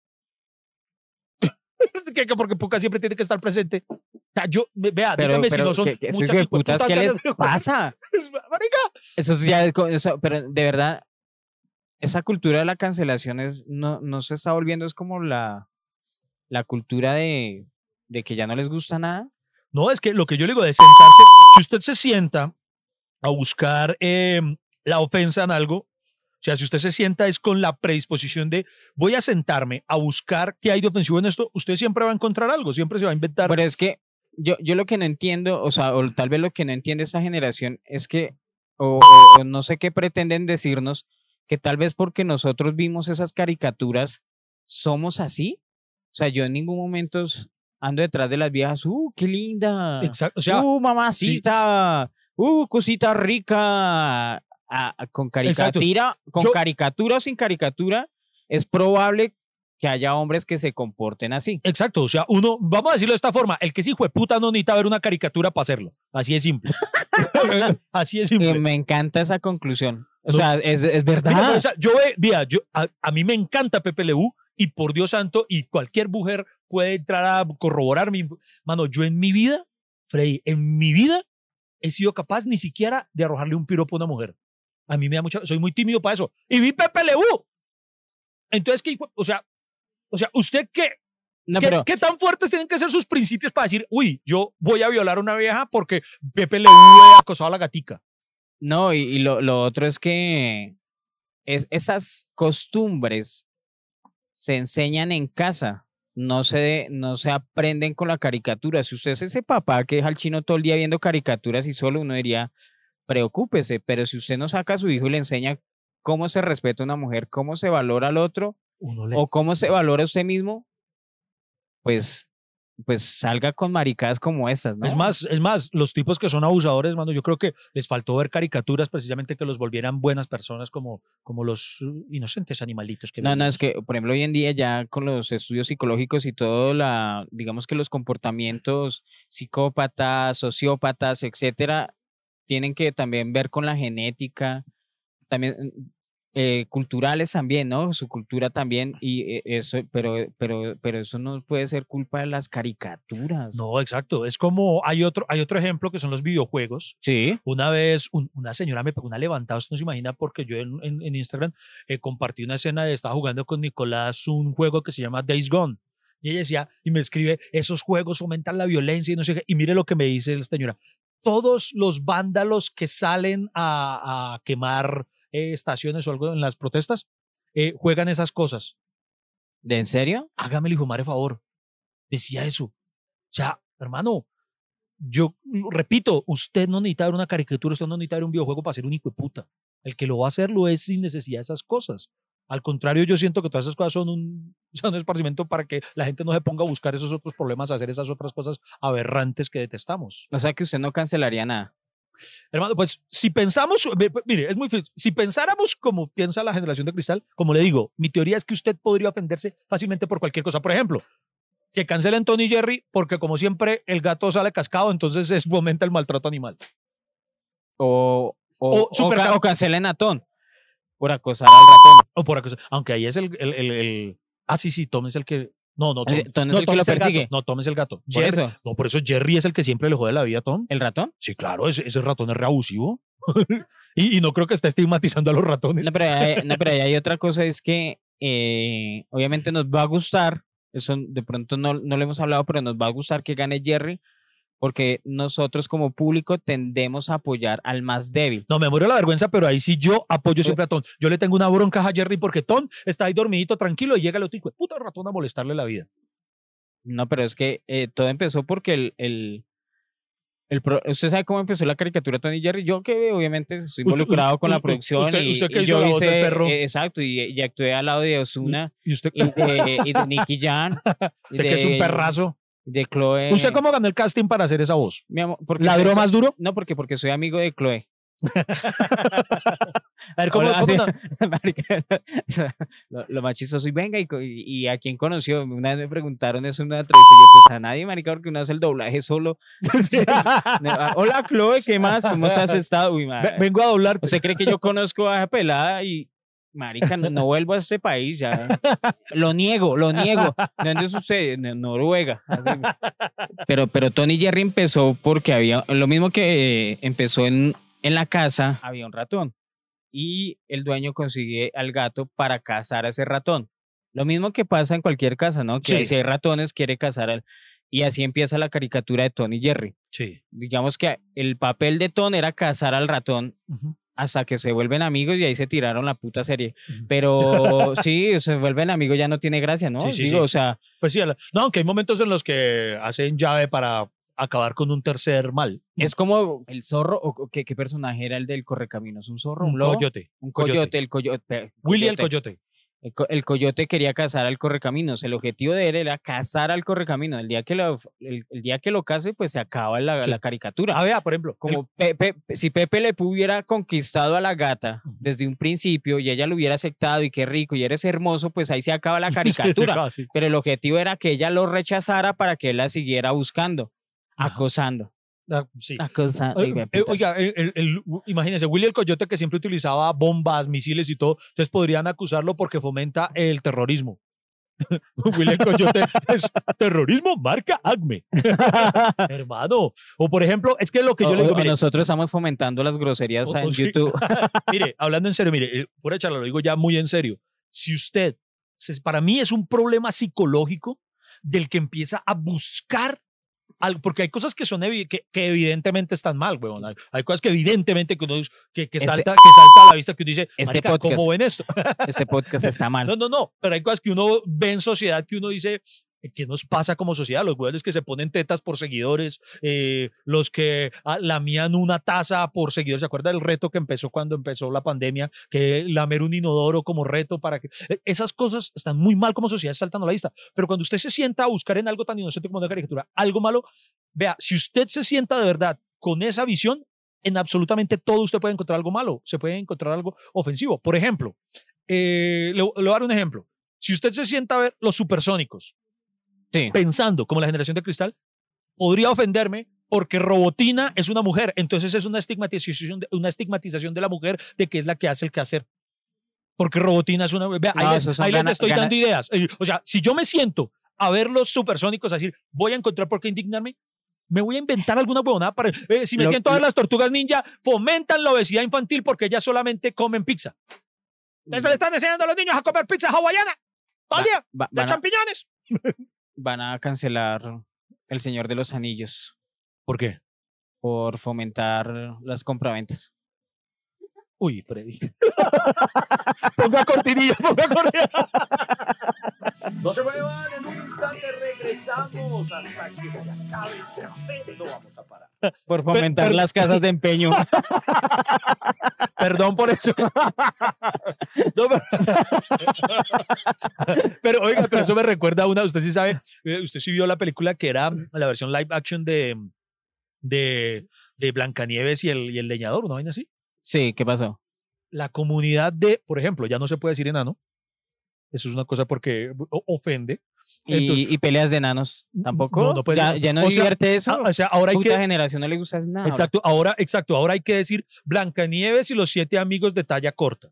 que, que porque Pucca siempre tiene que estar presente. O sea, yo, ve- vea, Pero, dígame pero si no son ¿qué- qué- esos muchas hijo de putas, hijueputas ¿qué les ganas de- pasa? Marica, Eso es ya, eso- pero de verdad, esa cultura de la cancelación es, no, no se está volviendo, es como la, la cultura de, de que ya no les gusta nada. No, es que lo que yo le digo de sentarse, si usted se sienta a buscar eh, la ofensa en algo, o sea, si usted se sienta es con la predisposición de voy a sentarme a buscar qué hay de ofensivo en esto, usted siempre va a encontrar algo, siempre se va a inventar. Pero es que yo, yo lo que no entiendo, o sea, o tal vez lo que no entiende esta generación es que, o, o- o no sé qué pretenden decirnos, que tal vez porque nosotros vimos esas caricaturas, somos así. O sea, yo en ningún momento s- ando detrás de las viejas, ¡uh, qué linda! Exacto, o sea, ¡Uh, mamacita! ¡Uh, cosita rica! Ah, ah, con caricatura, con Yo- caricatura o sin caricatura, es probable que haya hombres que se comporten así. exacto, o sea, uno, vamos a decirlo de esta forma, el que es hijo de puta no necesita ver una caricatura para hacerlo, así es simple. Así es simple. Eh, me encanta esa conclusión. O No. sea, es, es verdad. Mira, pero, o sea, yo, ve- vea, yo, a, a mí me encanta Pepe Leú y por Dios santo, y cualquier mujer puede entrar a corroborar mi... Mano, yo en mi vida, Freddy, en mi vida he sido capaz ni siquiera de arrojarle un piropo a una mujer. A mí me da mucha... Soy muy tímido para eso. Y vi Pepe Le Pew. Entonces, ¿qué? O sea, o sea, ¿usted qué? No, ¿Qué, pero, ¿Qué tan fuertes tienen que ser sus principios para decir, uy, yo voy a violar a una vieja porque Pepe Le Pew ha acosado a la gatica? no, y, y lo, lo otro es que es, esas costumbres se enseñan en casa, no se, no se aprenden con la caricatura. Si usted es ese papá que deja al chino todo el día viendo caricaturas y solo, uno diría, preocúpese, pero si usted no saca a su hijo y le enseña cómo se respeta a una mujer, cómo se valora al otro, Uno les... o cómo se valora a usted mismo, pues, pues salga con maricadas como estas, ¿no? Es más, es más, los tipos que son abusadores, mano, yo creo que les faltó ver caricaturas precisamente que los volvieran buenas personas como, como los inocentes animalitos que No, no, vemos. es que, por ejemplo, hoy en día ya con los estudios psicológicos y todo, la, digamos que los comportamientos psicópatas, sociópatas, etcétera, tienen que también ver con la genética, también eh, culturales también, ¿no? Su cultura también, y eh, eso, pero, pero, pero eso no puede ser culpa de las caricaturas. No, exacto. Es como, hay otro, hay otro ejemplo que son los videojuegos. Sí. Una vez un- una señora me pegó una levantada, usted no se imagina, porque yo en, en- en Instagram eh, compartí una escena de estaba jugando con Nicolás un juego que se llama Days Gone. Y ella decía, y me escribe, esos juegos fomentan la violencia y no sé qué. Y mire lo que me dice la señora. Todos los vándalos que salen a, a quemar eh, estaciones o algo en las protestas eh, juegan esas cosas. ¿De en serio? Hágame el hijo de madre favor. Decía eso. O sea, hermano, yo repito, usted no necesita ver una caricatura, usted no necesita ver un videojuego para ser un hijo de puta. El que lo va a hacer lo es sin necesidad de esas cosas. Al contrario, yo siento que todas esas cosas son un, son un esparcimiento para que la gente no se ponga a buscar esos otros problemas, a hacer esas otras cosas aberrantes que detestamos. O sea que usted no cancelaría nada. Hermano, pues si pensamos, ve- ve- mire, es muy fácil. Si pensáramos como piensa la generación de cristal, como le digo, mi teoría es que usted podría ofenderse fácilmente por cualquier cosa. Por ejemplo, que cancelen Tony y Jerry porque como siempre el gato sale cascado, entonces es fomenta el maltrato animal. O, o, O o, supercam- ca- o cancelen a Tom por acosar al ratón. O por acaso, aunque ahí es el, el, el, el- ah, sí, sí, Tom es el que, no, no, Tom, Eh, Tom es no, el que lo es el persigue. gato. No, Tom es el gato. Por Jerry, eso. no, por eso Jerry es el que siempre le jode la vida a Tom. ¿El ratón? Sí, claro, ese, ese ratón es reabusivo. y, y no creo que esté estigmatizando a los ratones. No, pero hay, no, pero ahí hay otra cosa, es que eh, obviamente nos va a gustar, eso de pronto no, no lo hemos hablado, pero nos va a gustar que gane Jerry, porque nosotros como público tendemos a apoyar al más débil. No, me muero la vergüenza, pero ahí sí yo apoyo siempre a Tom. Yo le tengo una bronca a Jerry porque Tom está ahí dormidito, tranquilo, y llega el otro hijo de puta ratón a molestarle la vida. No, pero es que eh, todo empezó porque el, el, el pro- ¿usted sabe cómo empezó la caricatura Tony y Jerry? Yo que obviamente estoy involucrado con la usted- producción usted- y, usted que y hizo yo la voz del hice, perro. eh, exacto, y, y actué al lado de Ozuna Y usted, y de, y de Nicky Jam. usted que es un de- perrazo. De Chloe. ¿Usted cómo ganó el casting para hacer esa voz? Mi amor, porque ¿Ladró soy- más duro? No, porque, porque soy amigo de Chloe. A ver, ¿cómo, Hola, cómo sí. no? Marica, o sea, lo, lo más chistoso, y venga, y, co- y, y a quién conoció. Una vez me preguntaron eso en una entrevista, y yo, pues a nadie, marica, porque uno hace el doblaje solo. No, ah, Hola, Chloe, ¿qué más? ¿Cómo has estado? Uy, Ve- madre. Vengo a doblarte. ¿Usted cree que yo conozco a esa pelada? Y, marica, no, no vuelvo a este país ya. Lo niego, lo niego. ¿De dónde es usted? De Noruega. Así. Pero, pero Tony Jerry empezó porque había, lo mismo que eh, empezó en, en la casa, había un ratón. Y el dueño consigue al gato para cazar a ese ratón. Lo mismo que pasa en cualquier casa, ¿no? Que Sí. si hay ratones, quiere cazar al... Y así empieza la caricatura de Tony Jerry. Sí. Digamos que el papel de Tony era cazar al ratón Ujú, hasta que se vuelven amigos y ahí se tiraron la puta serie. ujú. Pero sí, se vuelven amigos, ya no tiene gracia, ¿no? Sí, sí, Digo, sí. o sea, Pues sí, a la- no, aunque hay momentos en los que hacen llave para acabar con un tercer mal. es como el zorro, o o ¿qué, qué personaje era el del correcaminos? ¿Un zorro? ¿Un, Un lobo? coyote. Un coyote, el coyote. Willy el coyote. El, co- el coyote quería cazar al correcaminos. El objetivo de él era cazar al correcaminos. El día que lo, el, el día que lo case, pues se acaba la, Sí. la caricatura. Ah, vea, por ejemplo. Como Pepe, si Pepe Le Pew hubiera conquistado a la gata Ujú. desde un principio y ella lo hubiera aceptado y qué rico y eres hermoso, pues ahí se acaba la el- caricatura. Sí, sí. Pero el objetivo era que ella lo rechazara para que él la siguiera buscando, Ajá. acosando. Ah, sí. Acosando. Eh, eh, Oiga, el, el- el- imagínense, Willy el Coyote que siempre utilizaba bombas, misiles y todo, entonces podrían acusarlo porque fomenta el terrorismo. William Coyote es terrorismo marca Acme. Hermano. O por ejemplo, es que lo que yo O- le digo, o mire, nosotros estamos fomentando las groserías O- en o sí. YouTube. mire, hablando en serio, mire, eh, fuera de charla, lo digo ya muy en serio. Si usted, se- para mí es un problema psicológico del que empieza a buscar algo, porque hay cosas que son evi- que, que evidentemente están mal, huevón. Hay, hay cosas que evidentemente que uno dice- que, que Este- salta, que salta a la vista, que uno dice, Este marica, podcast. ¿cómo ven esto? Este podcast está mal. No, no, no, pero hay cosas que uno ve en sociedad que uno dice, ¿qué nos pasa como sociedad? Los güeyes que se ponen tetas por seguidores, eh, los que ah, lamían una taza por seguidores. ¿Se acuerda del reto que empezó cuando empezó la pandemia? Que lamer un inodoro como reto para que... eh, Esas cosas están muy mal como sociedad, saltando a la vista. Pero cuando usted se sienta a buscar en algo tan inocente como una caricatura, algo malo, vea, si usted se sienta de verdad con esa visión, en absolutamente todo usted puede encontrar algo malo, se puede encontrar algo ofensivo. Por ejemplo, eh, le, le voy a dar un ejemplo. Si usted se sienta a ver los supersónicos, Sí. pensando como la generación de cristal, podría ofenderme porque Robotina es una mujer. Entonces es una estigmatización de, una estigmatización de la mujer de que es la que hace el quehacer. Porque Robotina es una... Vea, ahí No, les, esos son ahí les gana- estoy gana- dando ideas. Eh, O sea, si yo me siento a ver los supersónicos, a decir, voy a encontrar por qué indignarme, me voy a inventar alguna huevonada para... eh, si me Lo- siento a ver lo- las tortugas ninja, fomentan la obesidad infantil porque ellas solamente comen pizza. Eso le están enseñando a los niños a comer pizza hawaiana todo el Va- día, va- de van, a, champiñones. van a cancelar El Señor de los Anillos ¿Por qué? por fomentar las compraventas. Uy, Freddy. Ponga cortinilla, ponga cortinilla. No se muevan, en un instante regresamos hasta que se acabe el café. No vamos a parar. Por fomentar per- las casas de empeño. Perdón por eso. No, pero, pero, oiga, pero eso me recuerda a una, usted sí sabe, eh, usted sí vio la película que era la versión live action de, de, de Blancanieves y el, y el leñador, ¿una vaina así? Sí, ¿qué pasó? La comunidad de, por ejemplo, ya no se puede decir enano. Eso es una cosa porque o- ofende. Y, Entonces- y peleas de enanos, ¿tampoco? No, no puede ya, ser. ya no O sea, divierte eso. Ah, o sea, ahora hay Puta que... generación no le gusta nada. Exacto, ahora, exacto, ahora hay que decir Blancanieves y los siete amigos de talla corta.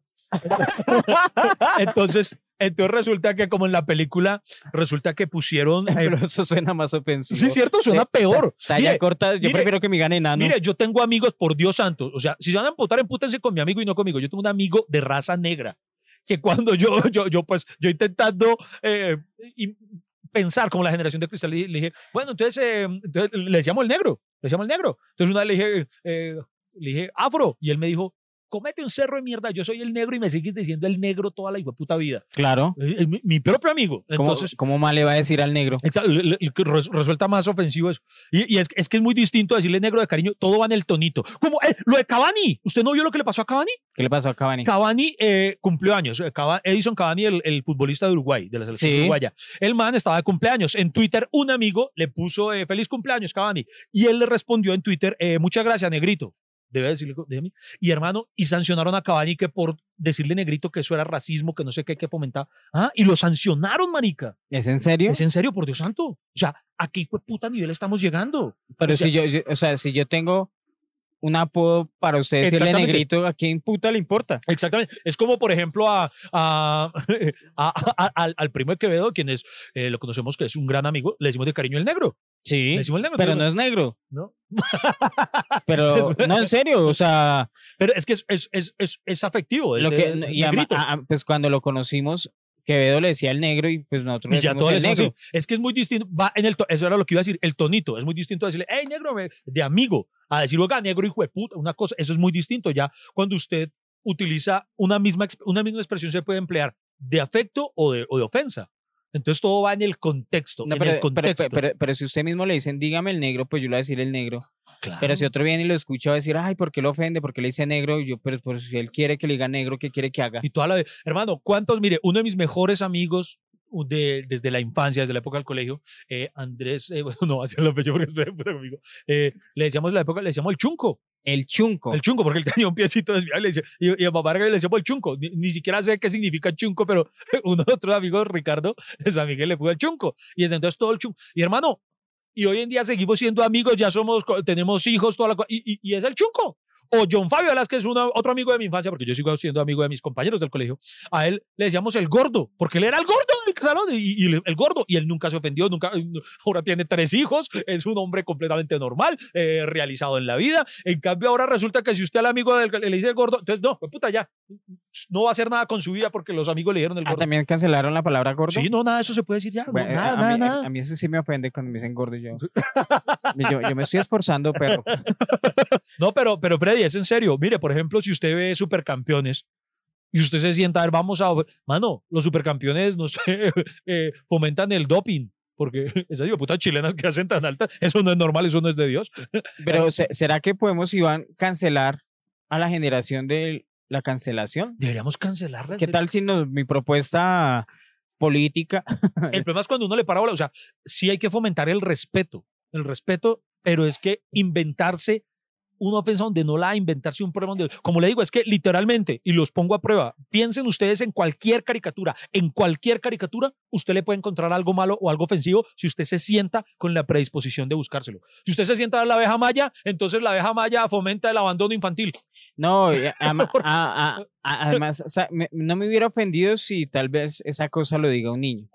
entonces, entonces resulta que como en la película, resulta que pusieron... eh, Pero eso suena más ofensivo. sí, cierto, suena Eh, peor. Talla Mire, corta, yo mire, prefiero que me gane enano. Mire, yo tengo amigos, por Dios santo, o sea, si se van a emputar, empútense con mi amigo y no conmigo. Yo tengo un amigo de raza negra que cuando yo, yo, yo pues, yo intentando eh, y pensar como la generación de cristal, le, le dije, bueno, entonces, eh, entonces le decíamos el negro, le decíamos el negro. Entonces una vez le dije, eh, le dije, afro, y él me dijo, comete un cerro de mierda, yo soy el negro y me sigues diciendo el negro toda la puta vida. Claro. Eh, eh, mi, mi propio amigo. ¿Cómo, Entonces, ¿Cómo mal le va a decir al negro? exacto, le- le- res- resulta más ofensivo eso. Y, y es, es que es muy distinto decirle negro de cariño, todo va en el tonito. Como eh, lo de Cavani. ¿Usted no vio lo que le pasó a Cavani? ¿Qué le pasó a Cavani? Cavani eh, cumplió años. Eh, Cava- Edison Cavani, el, el futbolista de Uruguay, de la selección Sí. uruguaya. El man estaba de cumpleaños. En Twitter, un amigo le puso eh, feliz cumpleaños, Cavani. Y él le respondió en Twitter, eh, muchas gracias, negrito. Debe decirle de mí. Y hermano, y sancionaron a Cavani que por decirle negrito que eso era racismo, que no sé qué, que fomentaba. Ah, y lo sancionaron, marica. ¿Es en serio? ¿Es en serio, por Dios santo? O sea, ¿a qué hijo de puta nivel estamos llegando? Pero o sea- si yo, yo- o sea, si yo tengo un apodo para usted decirle Exactamente. negrito, ¿a quién puta le importa? Exactamente. Es como, por ejemplo, a, a- a- a- al, al primo de Quevedo, quien es, eh, lo conocemos que es un gran amigo, le decimos de cariño el negro. Sí, Le decimos el negro. pero entonces, no es negro. ¿no? Pero no, en serio, o sea, Pero es que es, es, es, es, es afectivo. es lo de- que, de- y ama- negrito. a- a- pues cuando lo conocimos, Quevedo le decía el negro y pues nosotros le Y ya decimos todo el eso, negro. es que es muy distinto, va en el to- eso era lo que iba a decir, el tonito, es muy distinto a decirle, hey negro, me- de amigo, a decir, oiga, negro hijo de puta, una cosa, eso es muy distinto ya cuando usted utiliza una misma, exp- una misma expresión se puede emplear de afecto o de, o de ofensa. Entonces todo va en el contexto, No, en pero, el pero, contexto. pero, pero si usted mismo le dicen, dígame el negro, pues yo le voy a decir el negro. Claro. Pero si otro viene y lo escucha, va a decir, ay, ¿por qué lo ofende? ¿Por qué le dice negro? Y yo, pero, pero si él quiere que le diga negro, ¿qué quiere que haga? Y toda la vez, hermano, ¿cuántos? Mire, uno de mis mejores amigos de, desde la infancia, desde la época del colegio, eh, Andrés, eh, bueno, no, hacia la fecha porque es puta conmigo, eh, le decíamos la época, le decíamos el chunco, El chunco. el chunco, porque él tenía un piecito desviado, y, le decía, y, y a mamá le decíamos el chunco, ni, ni siquiera sé qué significa chunco, pero uno de otros amigos, Ricardo, de San Miguel, le puso el chunco, y desde entonces todo el chunco, y hermano, y hoy en día seguimos siendo amigos, ya somos, tenemos hijos, toda la cosa, y, y, y es el chunco. O John Fabio Velázquez, una, otro amigo de mi infancia, porque yo sigo siendo amigo de mis compañeros del colegio, a él le decíamos el gordo, porque él era el gordo del salón, y, y el, el gordo, y él nunca se ofendió, nunca, ahora tiene tres hijos, es un hombre completamente normal, eh, realizado en la vida. En cambio, ahora resulta que si usted al amigo del, le dice el gordo, entonces no, pues puta, ya, no va a hacer nada con su vida porque los amigos le dijeron el gordo. Ah, ¿también cancelaron la palabra gordo? Sí, no, nada de eso se puede decir ya, Bueno, no, nada, a, nada, mí, nada. a mí eso sí me ofende cuando me dicen gordo. Yo, yo, yo me estoy esforzando, perro. No, pero, pero Freddy, es en serio. Mire, por ejemplo, si usted ve Supercampeones y usted se sienta a ver, vamos a... Mano, los Supercampeones, no sé, eh, fomentan el doping. Porque esas putas chilenas que hacen tan altas, eso no es normal, eso no es de Dios. Pero ¿será que podemos, Iván, cancelar a la generación de la cancelación? Deberíamos cancelarla. ¿Qué tal si nos, mi propuesta política? El problema es cuando uno le para bola. O sea, sí hay que fomentar el respeto. El respeto, pero es que inventarse una ofensa donde no la ha, inventarse un problema donde, como le digo, es que literalmente, y los pongo a prueba, piensen ustedes en cualquier caricatura, en cualquier caricatura, usted le puede encontrar algo malo o algo ofensivo si usted se sienta con la predisposición de buscárselo. Si usted se sienta a ver la abeja maya, entonces la abeja maya fomenta el abandono infantil. No, a, a, a, además, o sea, me, no me hubiera ofendido si tal vez esa cosa lo diga un niño,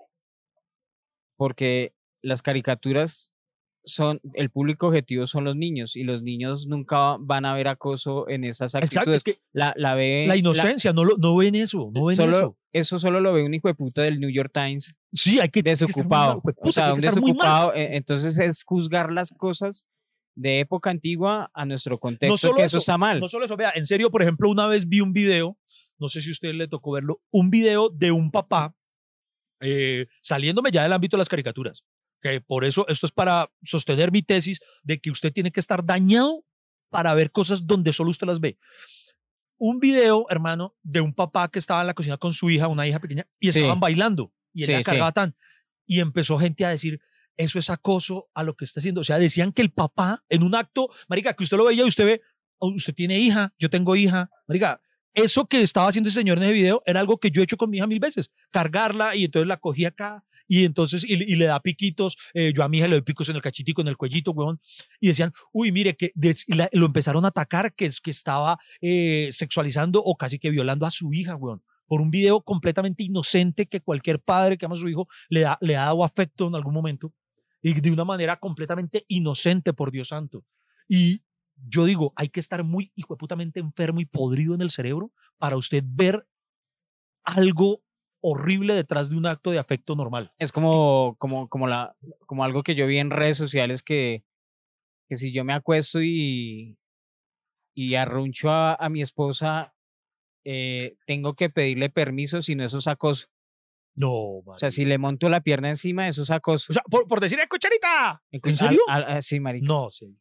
porque las caricaturas son, el público objetivo son los niños y los niños nunca van a ver acoso en esas actitudes. Exacto, es que la, la, ve, la inocencia, la, no, lo, no ven eso, no ven solo, eso. Eso solo lo ve un hijo de puta del New York Times. Sí, hay que desocupado. Que puta, o sea, un desocupado. Entonces es juzgar las cosas de época antigua a nuestro contexto, no que eso, eso está mal. No solo eso, vea, en serio, por ejemplo, una vez vi un video, no sé si a usted le tocó verlo, un video de un papá eh, saliéndome ya del ámbito de las caricaturas. Que por eso esto es para sostener mi tesis de que usted tiene que estar dañado para ver cosas donde solo usted las ve. Un video, hermano, de un papá que estaba en la cocina con su hija, una hija pequeña, y estaban sí. bailando, y él sí, la cargaba sí. tan, y empezó gente a decir, eso es acoso a lo que está haciendo. O sea, decían que el papá, en un acto, marica, que usted lo veía y usted ve, usted tiene hija, yo tengo hija, marica, eso que estaba haciendo ese señor en ese video era algo que yo he hecho con mi hija mil veces, cargarla y entonces la cogí acá y entonces y, y le da piquitos, eh, yo a mi hija le doy picos en el cachitico, en el cuellito, huevón, y decían, uy, mire, que des, la, lo empezaron a atacar, que, es, que estaba eh, sexualizando o casi que violando a su hija, huevón, por un video completamente inocente que cualquier padre que ama a su hijo le, da, le ha dado afecto en algún momento y de una manera completamente inocente, por Dios santo. Y yo digo, hay que estar muy hijueputamente enfermo y podrido en el cerebro para usted ver algo horrible detrás de un acto de afecto normal. Es como, como, como, la, como algo que yo vi en redes sociales que, que si yo me acuesto y, y arruncho a, a mi esposa, eh, tengo que pedirle permiso, si no eso es acoso. No, marica. O sea, si le monto la pierna encima, eso es acoso. O sea, por, por decir, ¡eh, cucharita! ¿En serio? Al, al, sí, marica. No, sí.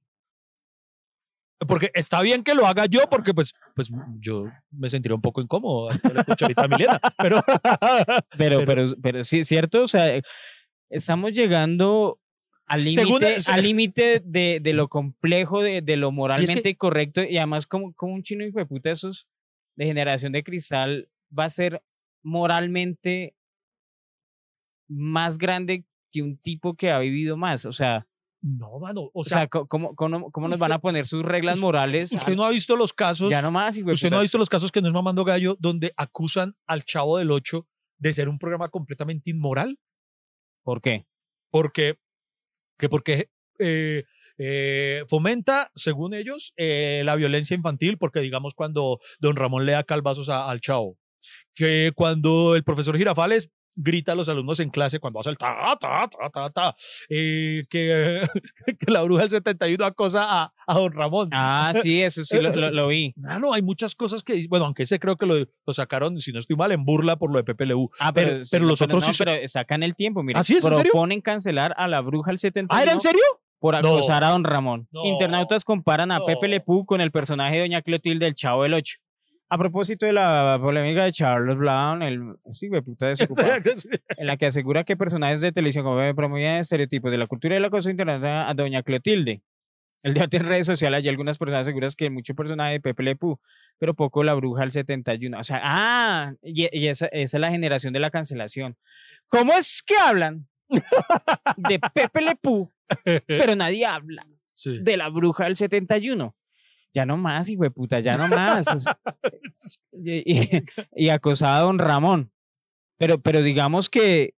Porque está bien que lo haga yo, porque pues, pues yo me sentiría un poco incómodo la cucharita a Milena, pero... pero, pero, pero, pero sí, ¿cierto? O sea, estamos llegando al límite al límite de, de lo complejo, de, de lo moralmente sí, es que, correcto, y además como, como un chino hijo de puta esos de generación de cristal va a ser moralmente más grande que un tipo que ha vivido más, o sea... No, mano. O o sea, sea ¿cómo, cómo, cómo nos usted, van a poner sus reglas usted, morales? Usted no ha visto los casos. Ya nomás, Usted puta. no ha visto los casos que no es mamando gallo, donde acusan al Chavo del Ocho de ser un programa completamente inmoral. ¿Por qué? Porque, que porque eh, eh, fomenta, según ellos, eh, la violencia infantil, porque digamos cuando don Ramón le da calvazos a, al Chavo, que cuando el profesor Girafales grita a los alumnos en clase cuando hace el ta, ta, ta, ta, ta, eh, que, que la bruja del setenta y uno acosa a, a don Ramón. Ah, sí, eso sí lo, lo, lo vi. Ah, no, hay muchas cosas que, bueno, aunque ese creo que lo, lo sacaron, si no estoy mal, en burla por lo de Pepe Leú. Ah, pero, pero, pero los pero otros no, sí. Pero sacan el tiempo, mira. ¿Ah, sí? ¿Es en serio? Proponen cancelar a la bruja del setenta y uno. ¿Ah, era en serio? Por acosar no. a don Ramón. No. Internautas comparan a no. Pepe Le Pew con el personaje de doña Clotilde del Chavo del Ocho. A propósito de la polémica de Charles Brown, el sí, de puta desocupado, en la que asegura que personajes de televisión como promueven estereotipos de la cultura y la cosa internacional a doña Clotilde. El debate en redes sociales, hay algunas personas seguras que mucho personaje de Pepe Le Pew, pero poco la bruja del setenta y uno. O sea, ah, y, y esa, esa es la generación de la cancelación. ¿Cómo es que hablan de Pepe Le Pew, pero nadie habla sí. de la bruja del setenta y uno? ya no más, hijo de puta, ya no más. O sea, y, y, y acosaba a don Ramón. Pero, pero digamos que,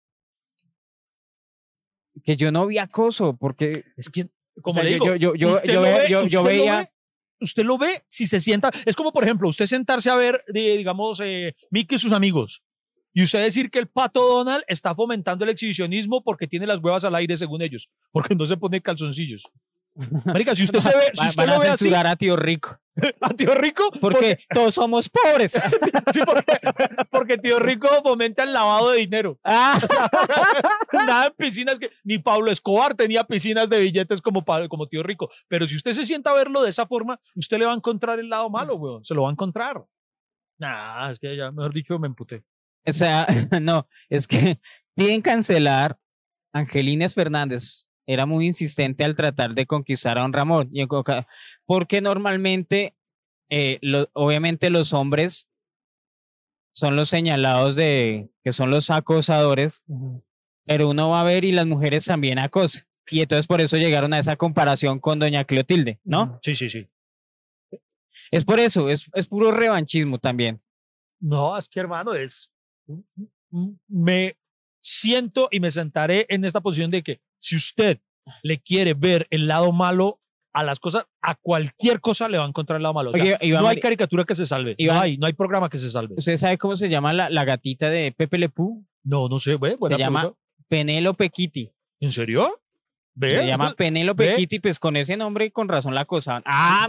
que yo no vi acoso, porque... Es que, como o sea, le digo, yo, yo, yo, usted yo, lo ve- ve- yo, yo usted lo veía... ve, usted lo ve si se sienta. Es como, por ejemplo, usted sentarse a ver, de, digamos, eh, Mickey y sus amigos. Y usted decir que el pato Donald está fomentando el exhibicionismo porque tiene las huevas al aire, según ellos. Porque no se pone calzoncillos. Marica, si usted se ve, si Van- usted van a lo ve así, censurar a tío Rico. a tío Rico, Porque todos somos pobres. sí, porque, porque tío Rico fomenta el lavado de dinero. Ah, Nada en piscinas que ni Pablo Escobar tenía piscinas de billetes como, Pa- como tío Rico. Pero si usted se sienta a verlo de esa forma, usted le va a encontrar el lado malo, weón. Se lo va a encontrar. Nah, es que ya, mejor dicho, me emputé. o sea, no, es que piden cancelar. Angelines Fernández era muy insistente al tratar de conquistar a don Ramón. Y en coca- porque normalmente, eh, lo- obviamente los hombres son los señalados de que son los acosadores, pero uno va a ver y las mujeres también acosan. Y entonces por eso llegaron a esa comparación con doña Clotilde, ¿no? Sí, sí, sí. Es por eso, es, es puro revanchismo también. No, es que hermano, es. Me siento y me sentaré en esta posición de que si usted le quiere ver el lado malo a las cosas, a cualquier cosa le va a encontrar el lado malo. O sea, Oye, Iván no hay Mari- caricatura que se salve. Iván- No hay, no hay programa que se salve. ¿Usted sabe cómo se llama la, la gatita de Pepe Le Pew? No, no sé, ve, buena Se llama pregunta. Penélope Kitty. ¿En serio? ¿Ve? Se llama Penélope ¿Ve? Kitty, pues con ese nombre con razón la acosaban. Ah,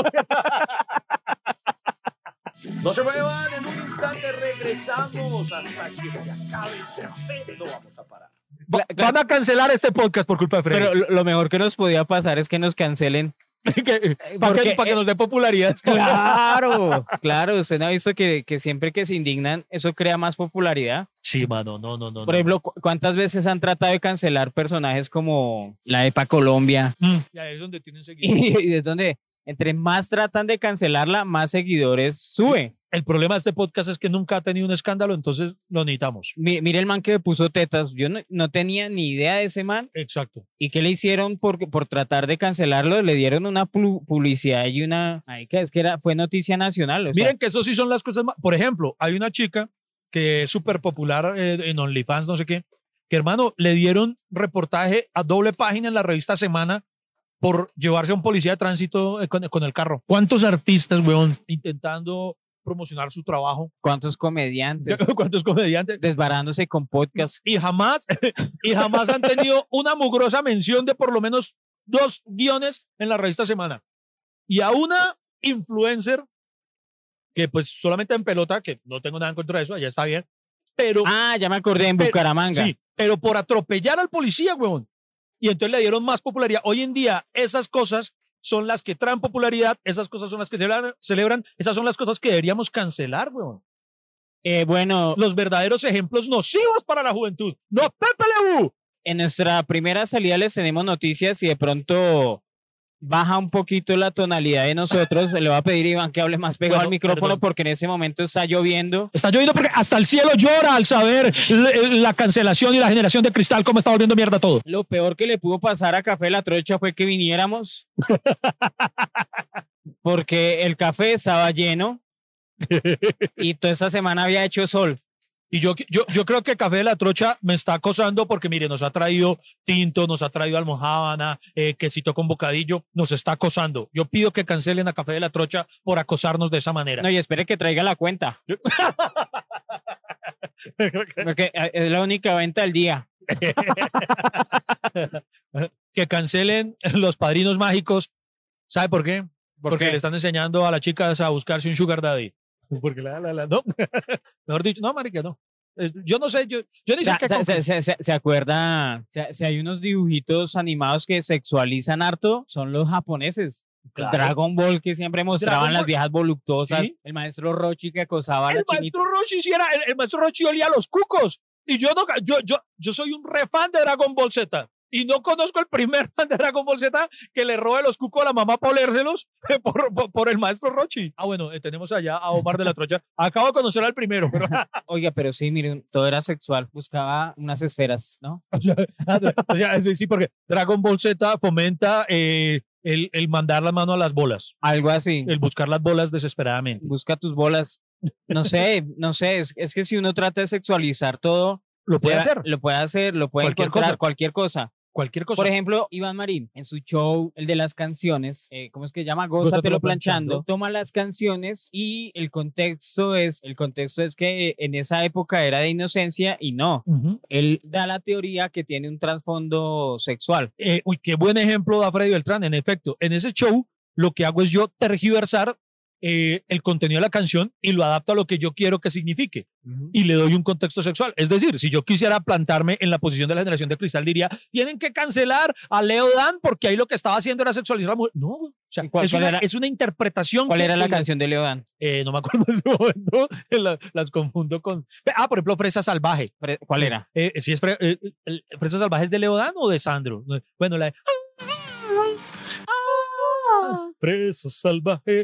No se muevan, en un instante regresamos hasta que se acabe el café. No vamos a parar. Va- Van a cancelar este podcast por culpa de Freddy. pero lo, lo mejor que nos podía pasar es que nos cancelen. ¿Para que, porque, pa' que nos dé popularidad? Claro, claro, usted no ha visto que, que siempre que se indignan, eso crea más popularidad. Sí, mano, no, no, no. Por no. ejemplo, cu- ¿cuántas veces han tratado de cancelar personajes como la EPA Colombia? Mm, y ahí es donde tienen seguidores. Y es donde entre más tratan de cancelarla, más seguidores sube. El problema de este podcast es que nunca ha tenido un escándalo, entonces lo necesitamos. Mi- Mire el man que me puso tetas. Yo no, no tenía ni idea de ese man. Exacto. ¿Y qué le hicieron por, por tratar de cancelarlo? Le dieron una pu- publicidad y una... Ay, que es que era, fue noticia nacional. O sea, Miren que eso sí son las cosas más. Por ejemplo, hay una chica que es súper popular eh, en OnlyFans, no sé qué, que hermano, le dieron reportaje a doble página en la revista Semana por llevarse a un policía de tránsito eh, con, con el carro. ¿Cuántos artistas, weón, intentando promocionar su trabajo? ¿cuántos comediantes ¿Cuántos comediantes? desbarándose con podcast? Y jamás, y jamás han tenido una mugrosa mención de por lo menos dos guiones en la revista Semana. Y a una influencer que pues solamente en pelota, que no tengo nada en contra de eso, allá está bien, pero, Ah, ya me acordé, en Pero- Bucaramanga. sí, pero por atropellar al policía, weón. Y entonces le dieron más popularidad. Hoy en día esas cosas son las que traen popularidad, esas cosas son las que celebran, celebran esas son las cosas que deberíamos cancelar, weón. Eh, bueno, Los verdaderos ejemplos nocivos para la juventud. ¡No, Pepe Lebu! en nuestra primera salida les tenemos noticias y de pronto baja un poquito la tonalidad de nosotros. Le voy a pedir a Iván que hable más pegado Bueno, al micrófono perdón. porque en ese momento está lloviendo. Está lloviendo porque hasta el cielo llora al saber l- la cancelación y la generación de cristal, cómo está volviendo mierda todo. Lo peor que le pudo pasar a Café La Trocha fue que viniéramos porque el café estaba lleno y toda esta semana había hecho sol. Y yo, yo, yo creo que Café de la Trocha me está acosando porque, mire, nos ha traído tinto, nos ha traído almojábana, eh, quesito con bocadillo, nos está acosando. Yo pido que cancelen a Café de la Trocha por acosarnos de esa manera. No, y espere que traiga la cuenta porque eh, es la única venta del día. Que cancelen los padrinos mágicos. ¿Sabe por qué? ¿Por Porque qué? le están enseñando a las chicas a buscarse un sugar daddy. Porque la, la, la, no. Mejor dicho, no, marica, no. Eh, Yo no sé, yo, yo ni sé Sa- qué sa- comprar. se, se- se- se acuerda, se- se hay unos dibujitos animados que sexualizan harto, son los japoneses. Claro. Dragon Ball que siempre mostraban Dragon las Ball. viejas voluptuosas, Sí. el maestro Rochi que acosaba a la El chinita. maestro Rochi sí era, el, el maestro Rochi olía a los cucos. Y yo no, yo, yo, yo soy un re fan de Dragon Ball Z. Y no conozco el primer fan de Dragon Ball Z que le robe los cucos a la mamá para olérselos por, por, por el maestro Rochi. Ah, bueno, eh, tenemos allá a Omar de la Trocha. Acabo de conocer al primero, pero Oiga, pero sí, miren, todo era sexual, buscaba unas esferas, ¿no? o sea, o sea, sí, sí, porque Dragon Ball Z fomenta eh, El, el mandar la mano a las bolas. Algo así. El buscar las bolas desesperadamente. Busca tus bolas. No sé, no sé. Es, es que si uno trata de sexualizar todo, Lo puede puede- hacer. Lo puede hacer, lo puede Cualquier encontrar, cosa. cualquier cosa. Cualquier cosa. Por ejemplo, Iván Marín, en su show, el de las canciones, eh, ¿cómo es que se llama? Gózatelo Gózatelo planchando. planchando. Toma las canciones y el contexto es, el contexto es que en esa época era de inocencia y no. Ujú. Él da la teoría que tiene un trasfondo sexual. Eh, uy, qué buen ejemplo da Freddy Beltrán. En efecto, en ese show lo que hago es yo tergiversar eh, el contenido de la canción y lo adapto a lo que yo quiero que signifique y le doy un contexto sexual. Es decir, si yo quisiera plantarme en la posición de la generación de cristal, diría, tienen que cancelar a Leo Dan porque ahí lo que estaba haciendo era sexualizar a la mujer. No, güey. O sea, ¿Y cuál- es, cuál una, era- es una interpretación. ¿Cuál que- era la que- canción de Leodan? Eh, no me acuerdo en ese momento. La- las confundo con... Ah, por ejemplo, Fresa Salvaje. Fre- ¿Cuál era? Eh, si es Fre- eh, el- Fresa Salvaje, ¿es de Leo Dan o de Sandro? Bueno, la de... Fresa Salvaje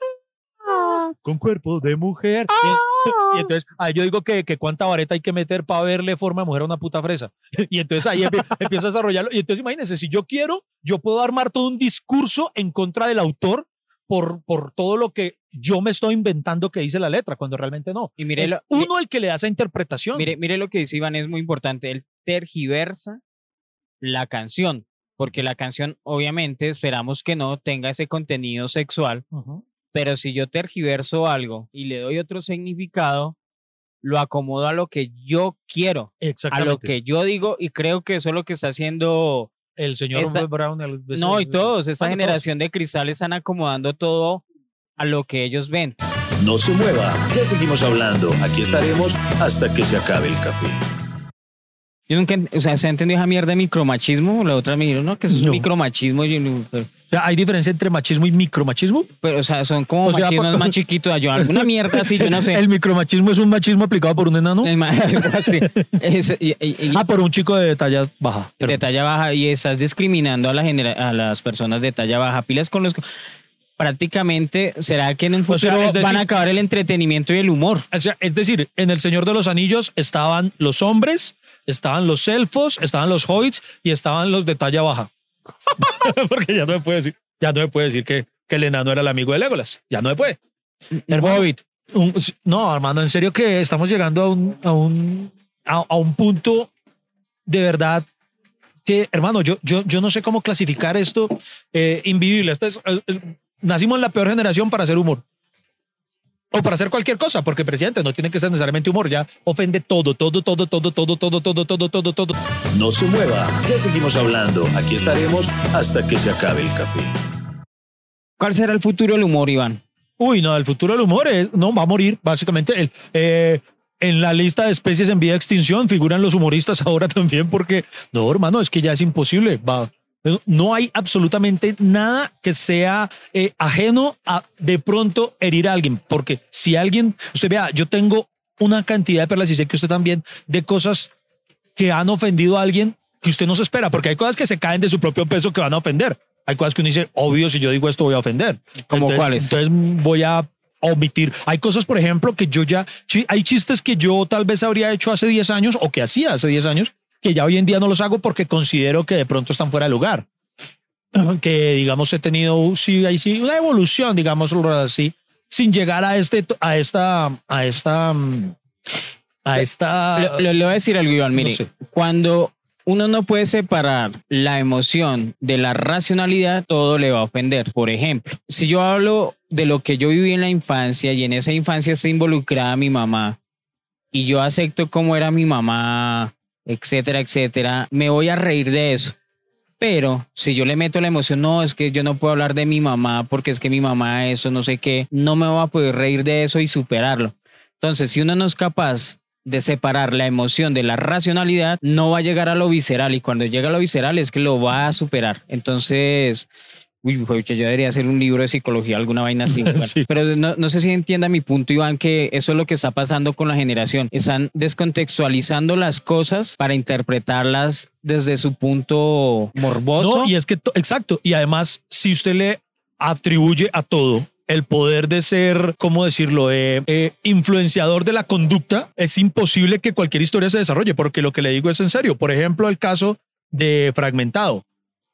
con cuerpo de mujer. Y, y entonces, ahí yo digo que, que cuánta vareta hay que meter para verle forma de mujer a una puta fresa. Y entonces ahí empie- empiezo a desarrollarlo. Y entonces imagínense, si yo quiero, yo puedo armar todo un discurso en contra del autor por, por todo lo que yo me estoy inventando que dice la letra, cuando realmente no. Y mire, Es lo, uno el que le da esa interpretación. mire, mire lo que dice Iván, es muy importante. Él tergiversa la canción, porque la canción, obviamente, esperamos que no tenga ese contenido sexual. Ujú. Pero si yo tergiverso algo y le doy otro significado, lo acomodo a lo que yo quiero, a Exactamente. lo que yo digo, y creo que eso es lo que está haciendo, El señor esta- Brown. El, no, y ese- todos, esta bueno, generación de cristales están acomodando todo a lo que ellos ven. No se mueva, ya seguimos hablando. Aquí estaremos hasta que se acabe el café. Yo nunca, ent- o sea, ¿se ha entendido esa mierda de micromachismo? La otra me dijeron, no, que eso es No. micromachismo, yo no- pero, O sea, ¿hay diferencia entre machismo y micromachismo? pero, o sea, son como O sea, machismos por- más chiquitos, yo alguna mierda así, yo no sé. ¿El micromachismo es un machismo aplicado por un enano? Es más, algo así. Es- y- y- y- Ah, por un chico de talla baja. de Perdón. talla baja y estás discriminando a, la genera- a las personas de talla baja. Pilas con los... Prácticamente, ¿será que en un O sea, futuro es decir- van a acabar el entretenimiento y el humor? O sea, es decir, en El Señor de los Anillos estaban los hombres, estaban los elfos, estaban los hobbits y estaban los de talla baja. Porque ya no me puede decir, ya no me puede decir que, que el enano era el amigo de Legolas. Ya no me puede. Hermano, Hobbit. un- no, hermano, en serio que estamos llegando a un, a un, a, a un punto de verdad que, hermano, yo, yo, yo no sé cómo clasificar esto eh, invivible. Este es, eh, eh, nacimos en la peor generación para hacer humor. O para hacer cualquier cosa, porque presidente no tiene que ser necesariamente humor, ya ofende todo, todo, todo, todo, todo, todo, todo, todo, todo, todo. No se mueva, ya seguimos hablando. Aquí estaremos hasta que se acabe el café. ¿Cuál será el futuro del humor, Iván? Uy, no, el futuro del humor es, no, va a morir, básicamente. El, eh, en la lista de especies en vía de extinción figuran los humoristas ahora también, porque, no, hermano, es que ya es imposible. Va, no hay absolutamente nada que sea eh, ajeno a de pronto herir a alguien, porque si alguien, usted vea, yo tengo una cantidad de perlas y sé que usted también, de cosas que han ofendido a alguien que usted no se espera, porque hay cosas que se caen de su propio peso que van a ofender. Hay cosas que uno dice, obvio, si yo digo esto voy a ofender. ¿Cómo Entonces- cuáles? Entonces voy a omitir. Hay cosas, por ejemplo, que yo ya, chi- hay chistes que yo tal vez habría hecho hace diez años o que hacía hace diez años, que ya hoy en día no los hago porque considero que de pronto están fuera de lugar. Que, digamos, he tenido, sí, ahí sí, una evolución, digámoslo así, sin llegar a este, a esta, a esta, mm, a esta... Le, le- le voy a decir algo, Iván. Mire, no sé. cuando uno no puede separar la emoción de la racionalidad, todo le va a ofender. Por ejemplo, si yo hablo de lo que yo viví en la infancia y en esa infancia está involucrada mi mamá y yo acepto cómo era mi mamá, etcétera, etcétera, me voy a reír de eso. Pero si yo le meto la emoción, no, es que yo no puedo hablar de mi mamá porque es que mi mamá eso, no sé qué, no me voy a poder reír de eso y superarlo. Entonces, si uno no es capaz de separar la emoción de la racionalidad, no va a llegar a lo visceral y cuando llega a lo visceral es que lo va a superar. Entonces, uy, joder, yo debería hacer un libro de psicología, alguna vaina así. Bueno, Sí. pero no, no sé si entienda mi punto, Iván, que eso es lo que está pasando con la generación. Están descontextualizando las cosas para interpretarlas desde su punto morboso. No, y es que, to- exacto, y además, si usted le atribuye a todo el poder de ser, ¿cómo decirlo?, eh, eh, influenciador de la conducta, es imposible que cualquier historia se desarrolle, porque lo que le digo es en serio. Por ejemplo, el caso de Fragmentado.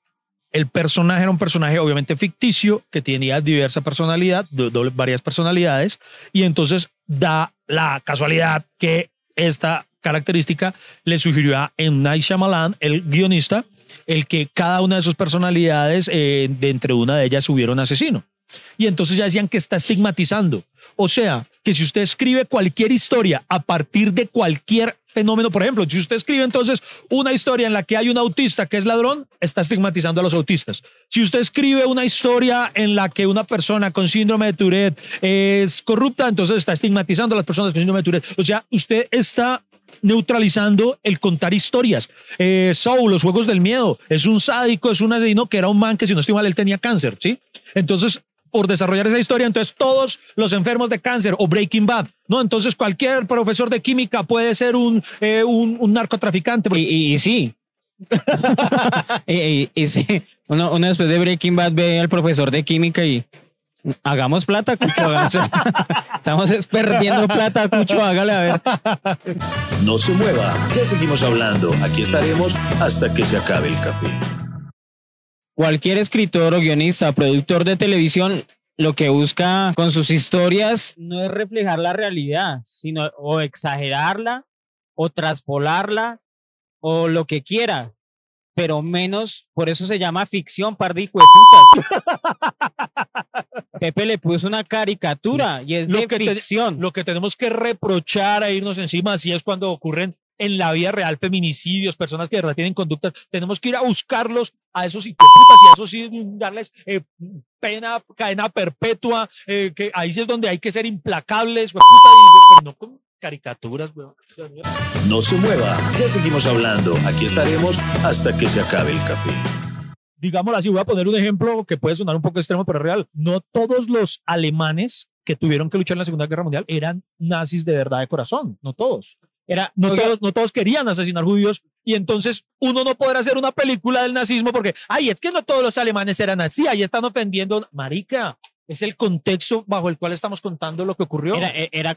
el personaje era un personaje obviamente ficticio que tenía diversa personalidad, doble, varias personalidades, y entonces da la casualidad que esta característica le sugirió a M. Night Shyamalan, el guionista, el que cada una de sus personalidades, eh, de entre una de ellas hubiera un asesino. Y entonces ya decían que está estigmatizando. O sea, que si usted escribe cualquier historia a partir de cualquier fenómeno, por ejemplo, si usted escribe entonces una historia en la que hay un autista que es ladrón, está estigmatizando a los autistas. Si usted escribe una historia en la que una persona con síndrome de Tourette es corrupta, entonces está estigmatizando a las personas con síndrome de Tourette. O sea, usted está neutralizando el contar historias. Eh, Saul, los juegos del miedo, es un sádico, es un asesino que era un man que, si no estoy mal, él tenía cáncer, ¿sí? Entonces, por desarrollar esa historia, entonces todos los enfermos de cáncer, o Breaking Bad, ¿no? Entonces cualquier profesor de química puede ser un, eh, un, un narcotraficante. Y, y, y sí. y, y, y sí. Uno, uno después de Breaking Bad ve al profesor de química y hagamos plata, Cucho. Estamos perdiendo plata, Cucho, hágale a ver. No se mueva, ya seguimos hablando. Aquí estaremos hasta que se acabe el café. Cualquier escritor o guionista, productor de televisión, lo que busca con sus historias no es reflejar la realidad, sino o exagerarla o traspolarla o lo que quiera, pero menos, por eso se llama ficción, par de hijueputas. Pepe le puso una caricatura y es lo de que ficción. Te, lo que tenemos que reprochar a irnos encima, así es cuando ocurren en la vida real feminicidios, personas que de verdad tienen conductas, tenemos que ir a buscarlos a esos hijueputas y a esos sí darles eh, pena, cadena perpetua, eh, que ahí sí es donde hay que ser implacables, hueputa, y, pero no con caricaturas, weón. No se mueva, ya seguimos hablando. Aquí estaremos hasta que se acabe el café. Digámoslo así, voy a poner un ejemplo que puede sonar un poco extremo, pero es real. No todos los alemanes que tuvieron que luchar en la Segunda Guerra Mundial eran nazis de verdad de corazón, no todos. Era, no, todos, no todos querían asesinar judíos, y entonces uno no podrá hacer una película del nazismo porque, ay, es que no todos los alemanes eran así, ahí están ofendiendo. Marica, es el contexto bajo el cual estamos contando lo que ocurrió. Era, era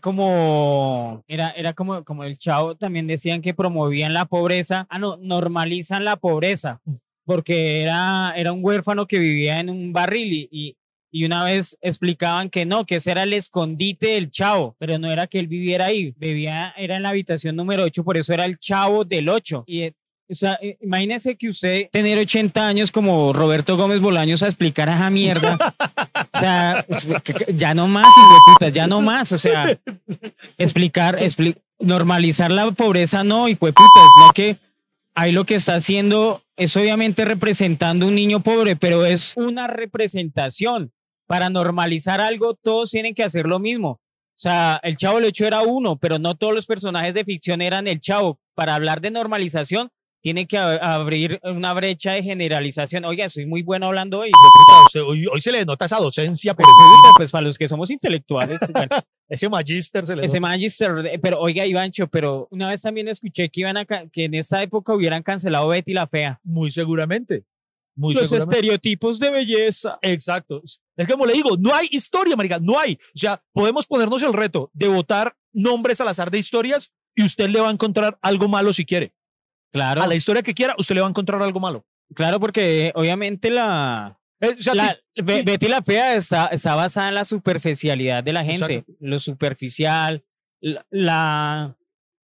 como, era, era como, como el Chavo también decían que promovían la pobreza. Ah, no, normalizan la pobreza, porque era, era un huérfano que vivía en un barril y, y Y una vez explicaban que no, que ese era el escondite del Chavo, pero no era que él viviera ahí, vivía, era en la habitación número ocho, por eso era el Chavo del ocho. Y, o sea, imagínese que usted tener ochenta años como Roberto Gómez Bolaños a explicar esa mierda. O sea, ya no más, hijueputas, ya no más. O sea, explicar, expli normalizar la pobreza, no, hijueputas, no, que ahí lo que está haciendo es obviamente representando un niño pobre, pero es una representación. Para normalizar algo, todos tienen que hacer lo mismo. O sea, el Chavo del Ocho era uno, pero no todos los personajes de ficción eran el Chavo. Para hablar de normalización, tiene que ab abrir una brecha de generalización. Oiga, soy muy bueno hablando hoy. Hoy, hoy se le nota esa docencia. Pues, pues para los que somos intelectuales. Bueno, ese magíster se le Ese nota. magíster, pero oiga, Ivancho, pero una vez también escuché que, iban a que en esta época hubieran cancelado Betty la Fea. Muy seguramente. Muy Los seguramente. estereotipos de belleza. Exacto. Es como le digo, no hay historia, marica, no hay. O sea, podemos ponernos el reto de votar nombres al azar de historias y usted le va a encontrar algo malo si quiere. Claro. A la historia que quiera, usted le va a encontrar algo malo. Claro, porque obviamente la, Eh, o sea, la ti- Be- Betty la Fea está, está basada en la superficialidad de la gente, Exacto. lo superficial, la, la,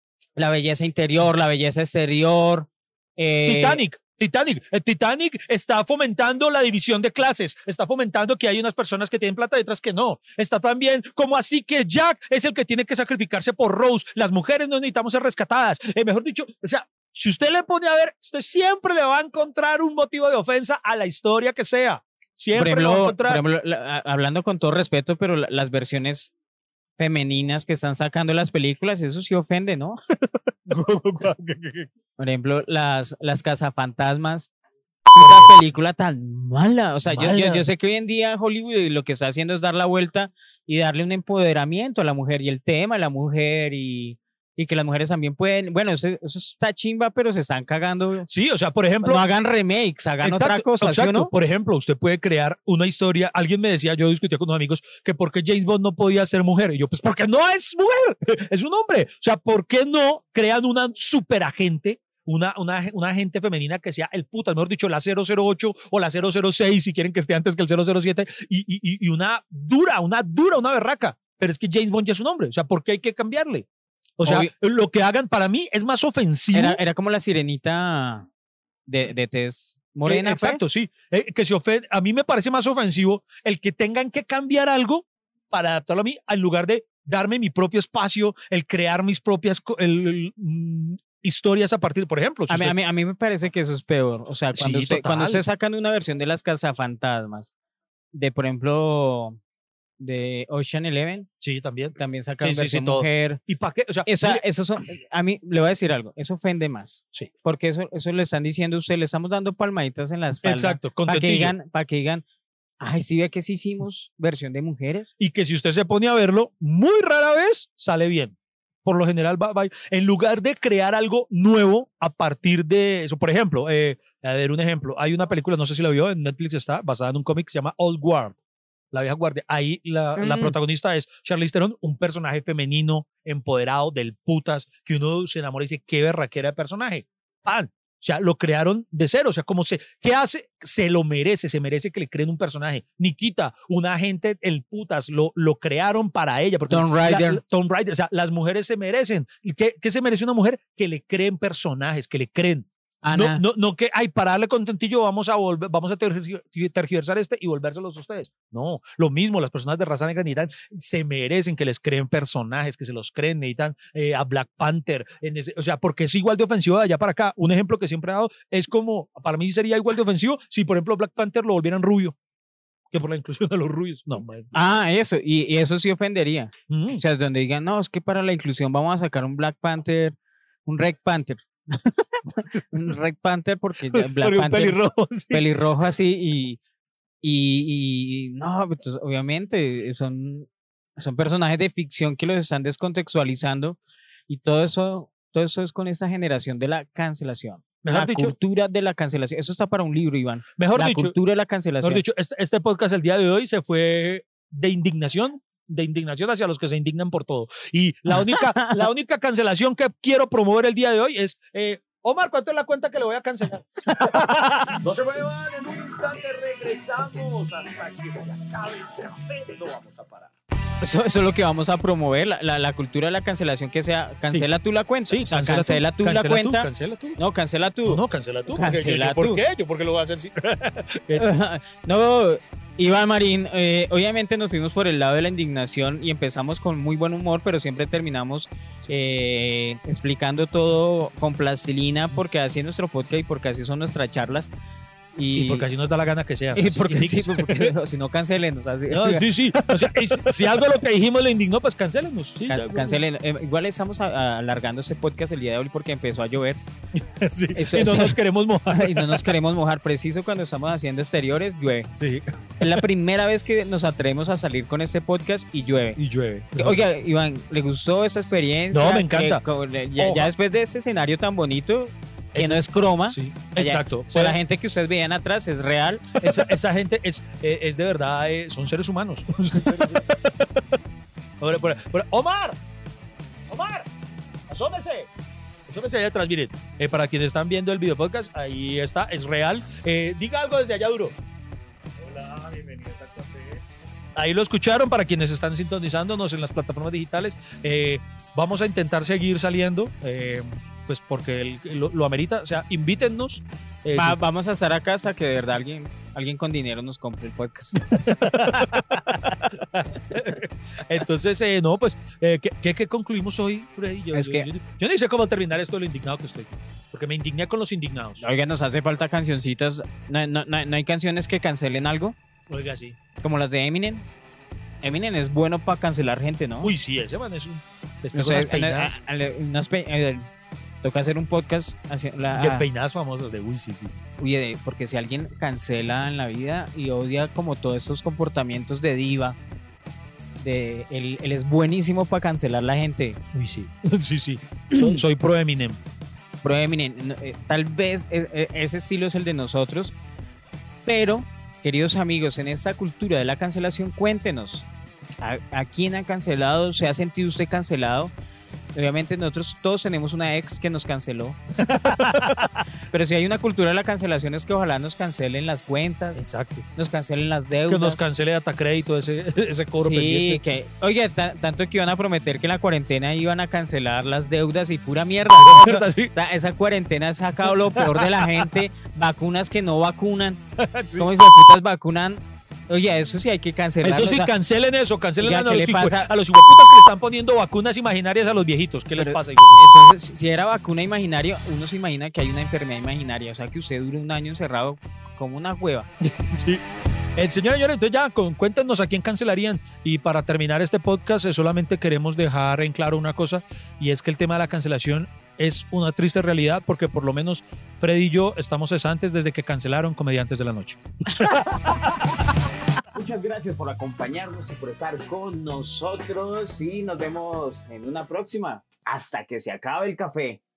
la belleza interior, la belleza exterior. Eh, Titanic. Titanic. El Titanic está fomentando la división de clases, está fomentando que hay unas personas que tienen plata y otras que no. Está también como así que Jack es el que tiene que sacrificarse por Rose. Las mujeres no necesitamos ser rescatadas. Eh, mejor dicho, o sea, si usted le pone a ver, usted siempre le va a encontrar un motivo de ofensa a la historia que sea. Siempre por le va a ejemplo, encontrar. por ejemplo, la- a- hablando con todo respeto, pero la- las versiones femeninas que están sacando las películas, eso sí ofende, ¿no? Por ejemplo, las, las cazafantasmas. Una película tan mala. O sea, yo, yo, yo sé que hoy en día Hollywood lo que está haciendo es dar la vuelta y darle un empoderamiento a la mujer y el tema de la mujer y, y que las mujeres también pueden. Bueno, eso, eso está chimba, pero se están cagando. Sí, o sea, por ejemplo. No hagan remakes, hagan Exacto, otra cosa, ¿sí o exacto. no? Por ejemplo, usted puede crear una historia. Alguien me decía, yo discutía con unos amigos, que por qué James Bond no podía ser mujer. Y yo, pues porque no es mujer, es un hombre. O sea, ¿por qué no crean una superagente, una, una, una agente femenina que sea el putas, mejor dicho, la cero cero ocho o la cero cero seis, si quieren que esté antes que el cero cero siete, y, y, y una dura, una dura, una berraca. Pero es que James Bond ya es un hombre, o sea, ¿por qué hay que cambiarle? O sea, Obvio. Lo que hagan para mí es más ofensivo. Era, era como la sirenita de, de tez morena. Eh, exacto, ¿fue? Sí. Eh, que se ofende. A mí me parece más ofensivo el que tengan que cambiar algo para adaptarlo a mí, en lugar de darme mi propio espacio, el crear mis propias el, el, mm, historias a partir, por ejemplo. Si a, usted... mí, a, mí, a mí me parece que eso es peor. O sea, cuando, sí, usted, cuando usted sacan una versión de las cazafantasmas, de por ejemplo... de Ocean Eleven. Sí, también. También sacaron sí, sí, versión sí, mujer. ¿Y para qué? O sea, Esa, mire, eso son, a mí le voy a decir algo, eso ofende más. Sí. Porque eso, eso le están diciendo a usted, le estamos dando palmaditas en la espalda. Exacto, para que digan, para que digan, ay, sí ve que sí hicimos versión de mujeres. Y que si usted se pone a verlo, muy rara vez sale bien. Por lo general, va, va, en lugar de crear algo nuevo a partir de eso. Por ejemplo, eh, a ver, un ejemplo. Hay una película, no sé si la vio, en Netflix está, basada en un cómic que se llama Old Guard. La vieja guardia. Ahí la, mm. la protagonista es Charlize Theron, un personaje femenino, empoderado, del putas, que uno se enamora y dice, qué berraquera de personaje. ¡Pan! O sea, lo crearon de cero. O sea, como se, ¿qué hace? Se lo merece, se merece que le creen un personaje. Nikita, una agente, el putas, lo, lo crearon para ella. Tomb Raider. Tomb Raider. O sea, las mujeres se merecen. ¿Qué, ¿Qué se merece una mujer? Que le creen personajes, que le creen. No, no, no que, ay, para darle contentillo vamos a volver, vamos a tergiversar este y volvérselos a ustedes. No, lo mismo, las personas de raza negra necesitan, se merecen que les creen personajes, que se los creen, necesitan eh, a Black Panther, en ese, o sea, porque es igual de ofensivo de allá para acá. Un ejemplo que siempre he dado es como, para mí sería igual de ofensivo si, por ejemplo, Black Panther lo volvieran rubio, que por la inclusión de los rubios. No, man. Ah, eso, y, y eso sí ofendería. Mm. O sea, es donde digan, no, es que para la inclusión vamos a sacar un Black Panther, un Red Panther. un Red Panther porque Black porque Panther pelirrojo, sí. pelirrojo así y, y, y no, pues, obviamente son, son personajes de ficción que los están descontextualizando y todo eso, todo eso es con esa generación de la cancelación. Mejor la dicho, cultura de la cancelación. Eso está para un libro, Iván. Mejor la dicho, cultura de la cancelación. Mejor dicho, este, este podcast el día de hoy se fue de indignación de indignación hacia los que se indignan por todo. Y la única, la única cancelación que quiero promover el día de hoy es, eh, Omar, ¿cuánto es la cuenta que le voy a cancelar? No se muevan, en un instante regresamos hasta que se acabe el café. No vamos a parar. Eso, eso es lo que vamos a promover, la, la, la cultura de la cancelación, que sea, cancela sí. tú la cuenta. Sí, o sea, cancela, cancela tú, tú la cancela cuenta. Tú, cancela tú. No, cancela tú. No, no cancela tú. Cancela ¿Por tú. qué? ¿Yo por qué lo voy a hacer? Sí. No, Iván Marín, eh, obviamente nos fuimos por el lado de la indignación y empezamos con muy buen humor, pero siempre terminamos eh, explicando todo con plastilina, porque así es nuestro podcast y porque así son nuestras charlas. Y, y porque así nos da la gana que sea. Y porque sí, porque no, si no, cancélenos. Así. No, sí, sí. O sea, si, si algo de lo que dijimos le indignó, pues cancélenos. Sí, Can, cancelen. Eh, igual estamos a, a alargando ese podcast el día de hoy porque empezó a llover. Sí, eso, y no eso, nos queremos mojar. Y no nos queremos mojar. Preciso cuando estamos haciendo exteriores, llueve. Sí. Es la primera vez que nos atrevemos a salir con este podcast y llueve. Y llueve. Oiga, Iván, ¿le gustó esta experiencia? No, me encanta. Que, ya, ya después de ese escenario tan bonito, que ese, no es croma. Sí, allá, exacto. O sea, la gente que ustedes veían atrás es real. Esa, esa gente es, eh, es de verdad, eh, son seres humanos. por, por, por, ¡Omar! ¡Omar! ¡Asómese! Asómese allá atrás, miren. Eh, para quienes están viendo el video podcast, ahí está, es real. Eh, diga algo desde allá, duro. Hola, bienvenidos al café. Ahí lo escucharon para quienes están sintonizándonos en las plataformas digitales. Eh, vamos a intentar seguir saliendo. Eh, pues porque el, lo, lo amerita, o sea, invítennos. Eh, Va, sí. Vamos a estar acá hasta que de verdad alguien, alguien con dinero nos compre el podcast. Entonces, eh, no, pues, eh, ¿qué, qué, ¿qué concluimos hoy, Freddy? Yo, es yo, que, yo, yo no sé cómo terminar esto de lo indignado que estoy, porque me indigné con los indignados. Oiga, nos hace falta cancioncitas. ¿No, no, no, no hay canciones que cancelen algo? Oiga, sí. Como las de Eminem. Eminem es bueno para cancelar gente, ¿no? Uy, sí, ese man es un... No sé, unas peinadas. A, a, a, unas pe, a, toca hacer un podcast hacia la, de peinadas famosos de uy, sí, sí. Oye, porque si alguien cancela en la vida y odia como todos estos comportamientos de diva, de él, él es buenísimo para cancelar la gente. Uy, sí. Sí, sí. Soy, soy pro Eminem. Pro Eminem. Eh, tal vez eh, ese estilo es el de nosotros, pero, queridos amigos, en esta cultura de la cancelación, cuéntenos. ¿A, a quién ha cancelado? ¿Se ha sentido usted cancelado? Obviamente nosotros todos tenemos una ex que nos canceló. Pero si hay una cultura de la cancelación es que ojalá nos cancelen las cuentas. Exacto. Nos cancelen las deudas. Que nos cancele Datacrédito, ese, ese cobro sí, pendiente. que, oye, ta- tanto que iban a prometer que en la cuarentena iban a cancelar las deudas y pura mierda. ¿Verdad? Sí. O sea, esa cuarentena ha sacado lo peor de la gente. Vacunas que no vacunan. Sí. ¿Cómo hijo de putas vacunan? Oye, eso sí hay que cancelarlo. Eso sí, o sea, cancelen eso, cancelen oiga, a ¿qué los, le hijue- pasa? a los hijueputas que le están poniendo vacunas imaginarias a los viejitos. ¿Qué les Pero- pasa, hijueputas? Entonces, si era vacuna imaginaria, uno se imagina que hay una enfermedad imaginaria. O sea, que usted dure un año encerrado como una hueva. Sí. Eh, señora, señores, entonces ya con, cuéntenos a quién cancelarían. Y para terminar este podcast, eh, solamente queremos dejar en claro una cosa, y es que el tema de la cancelación es una triste realidad, porque por lo menos Freddy y yo estamos cesantes desde que cancelaron Comediantes de la Noche. Muchas gracias por acompañarnos y por estar con nosotros y nos vemos en una próxima. Hasta que se acabe el café.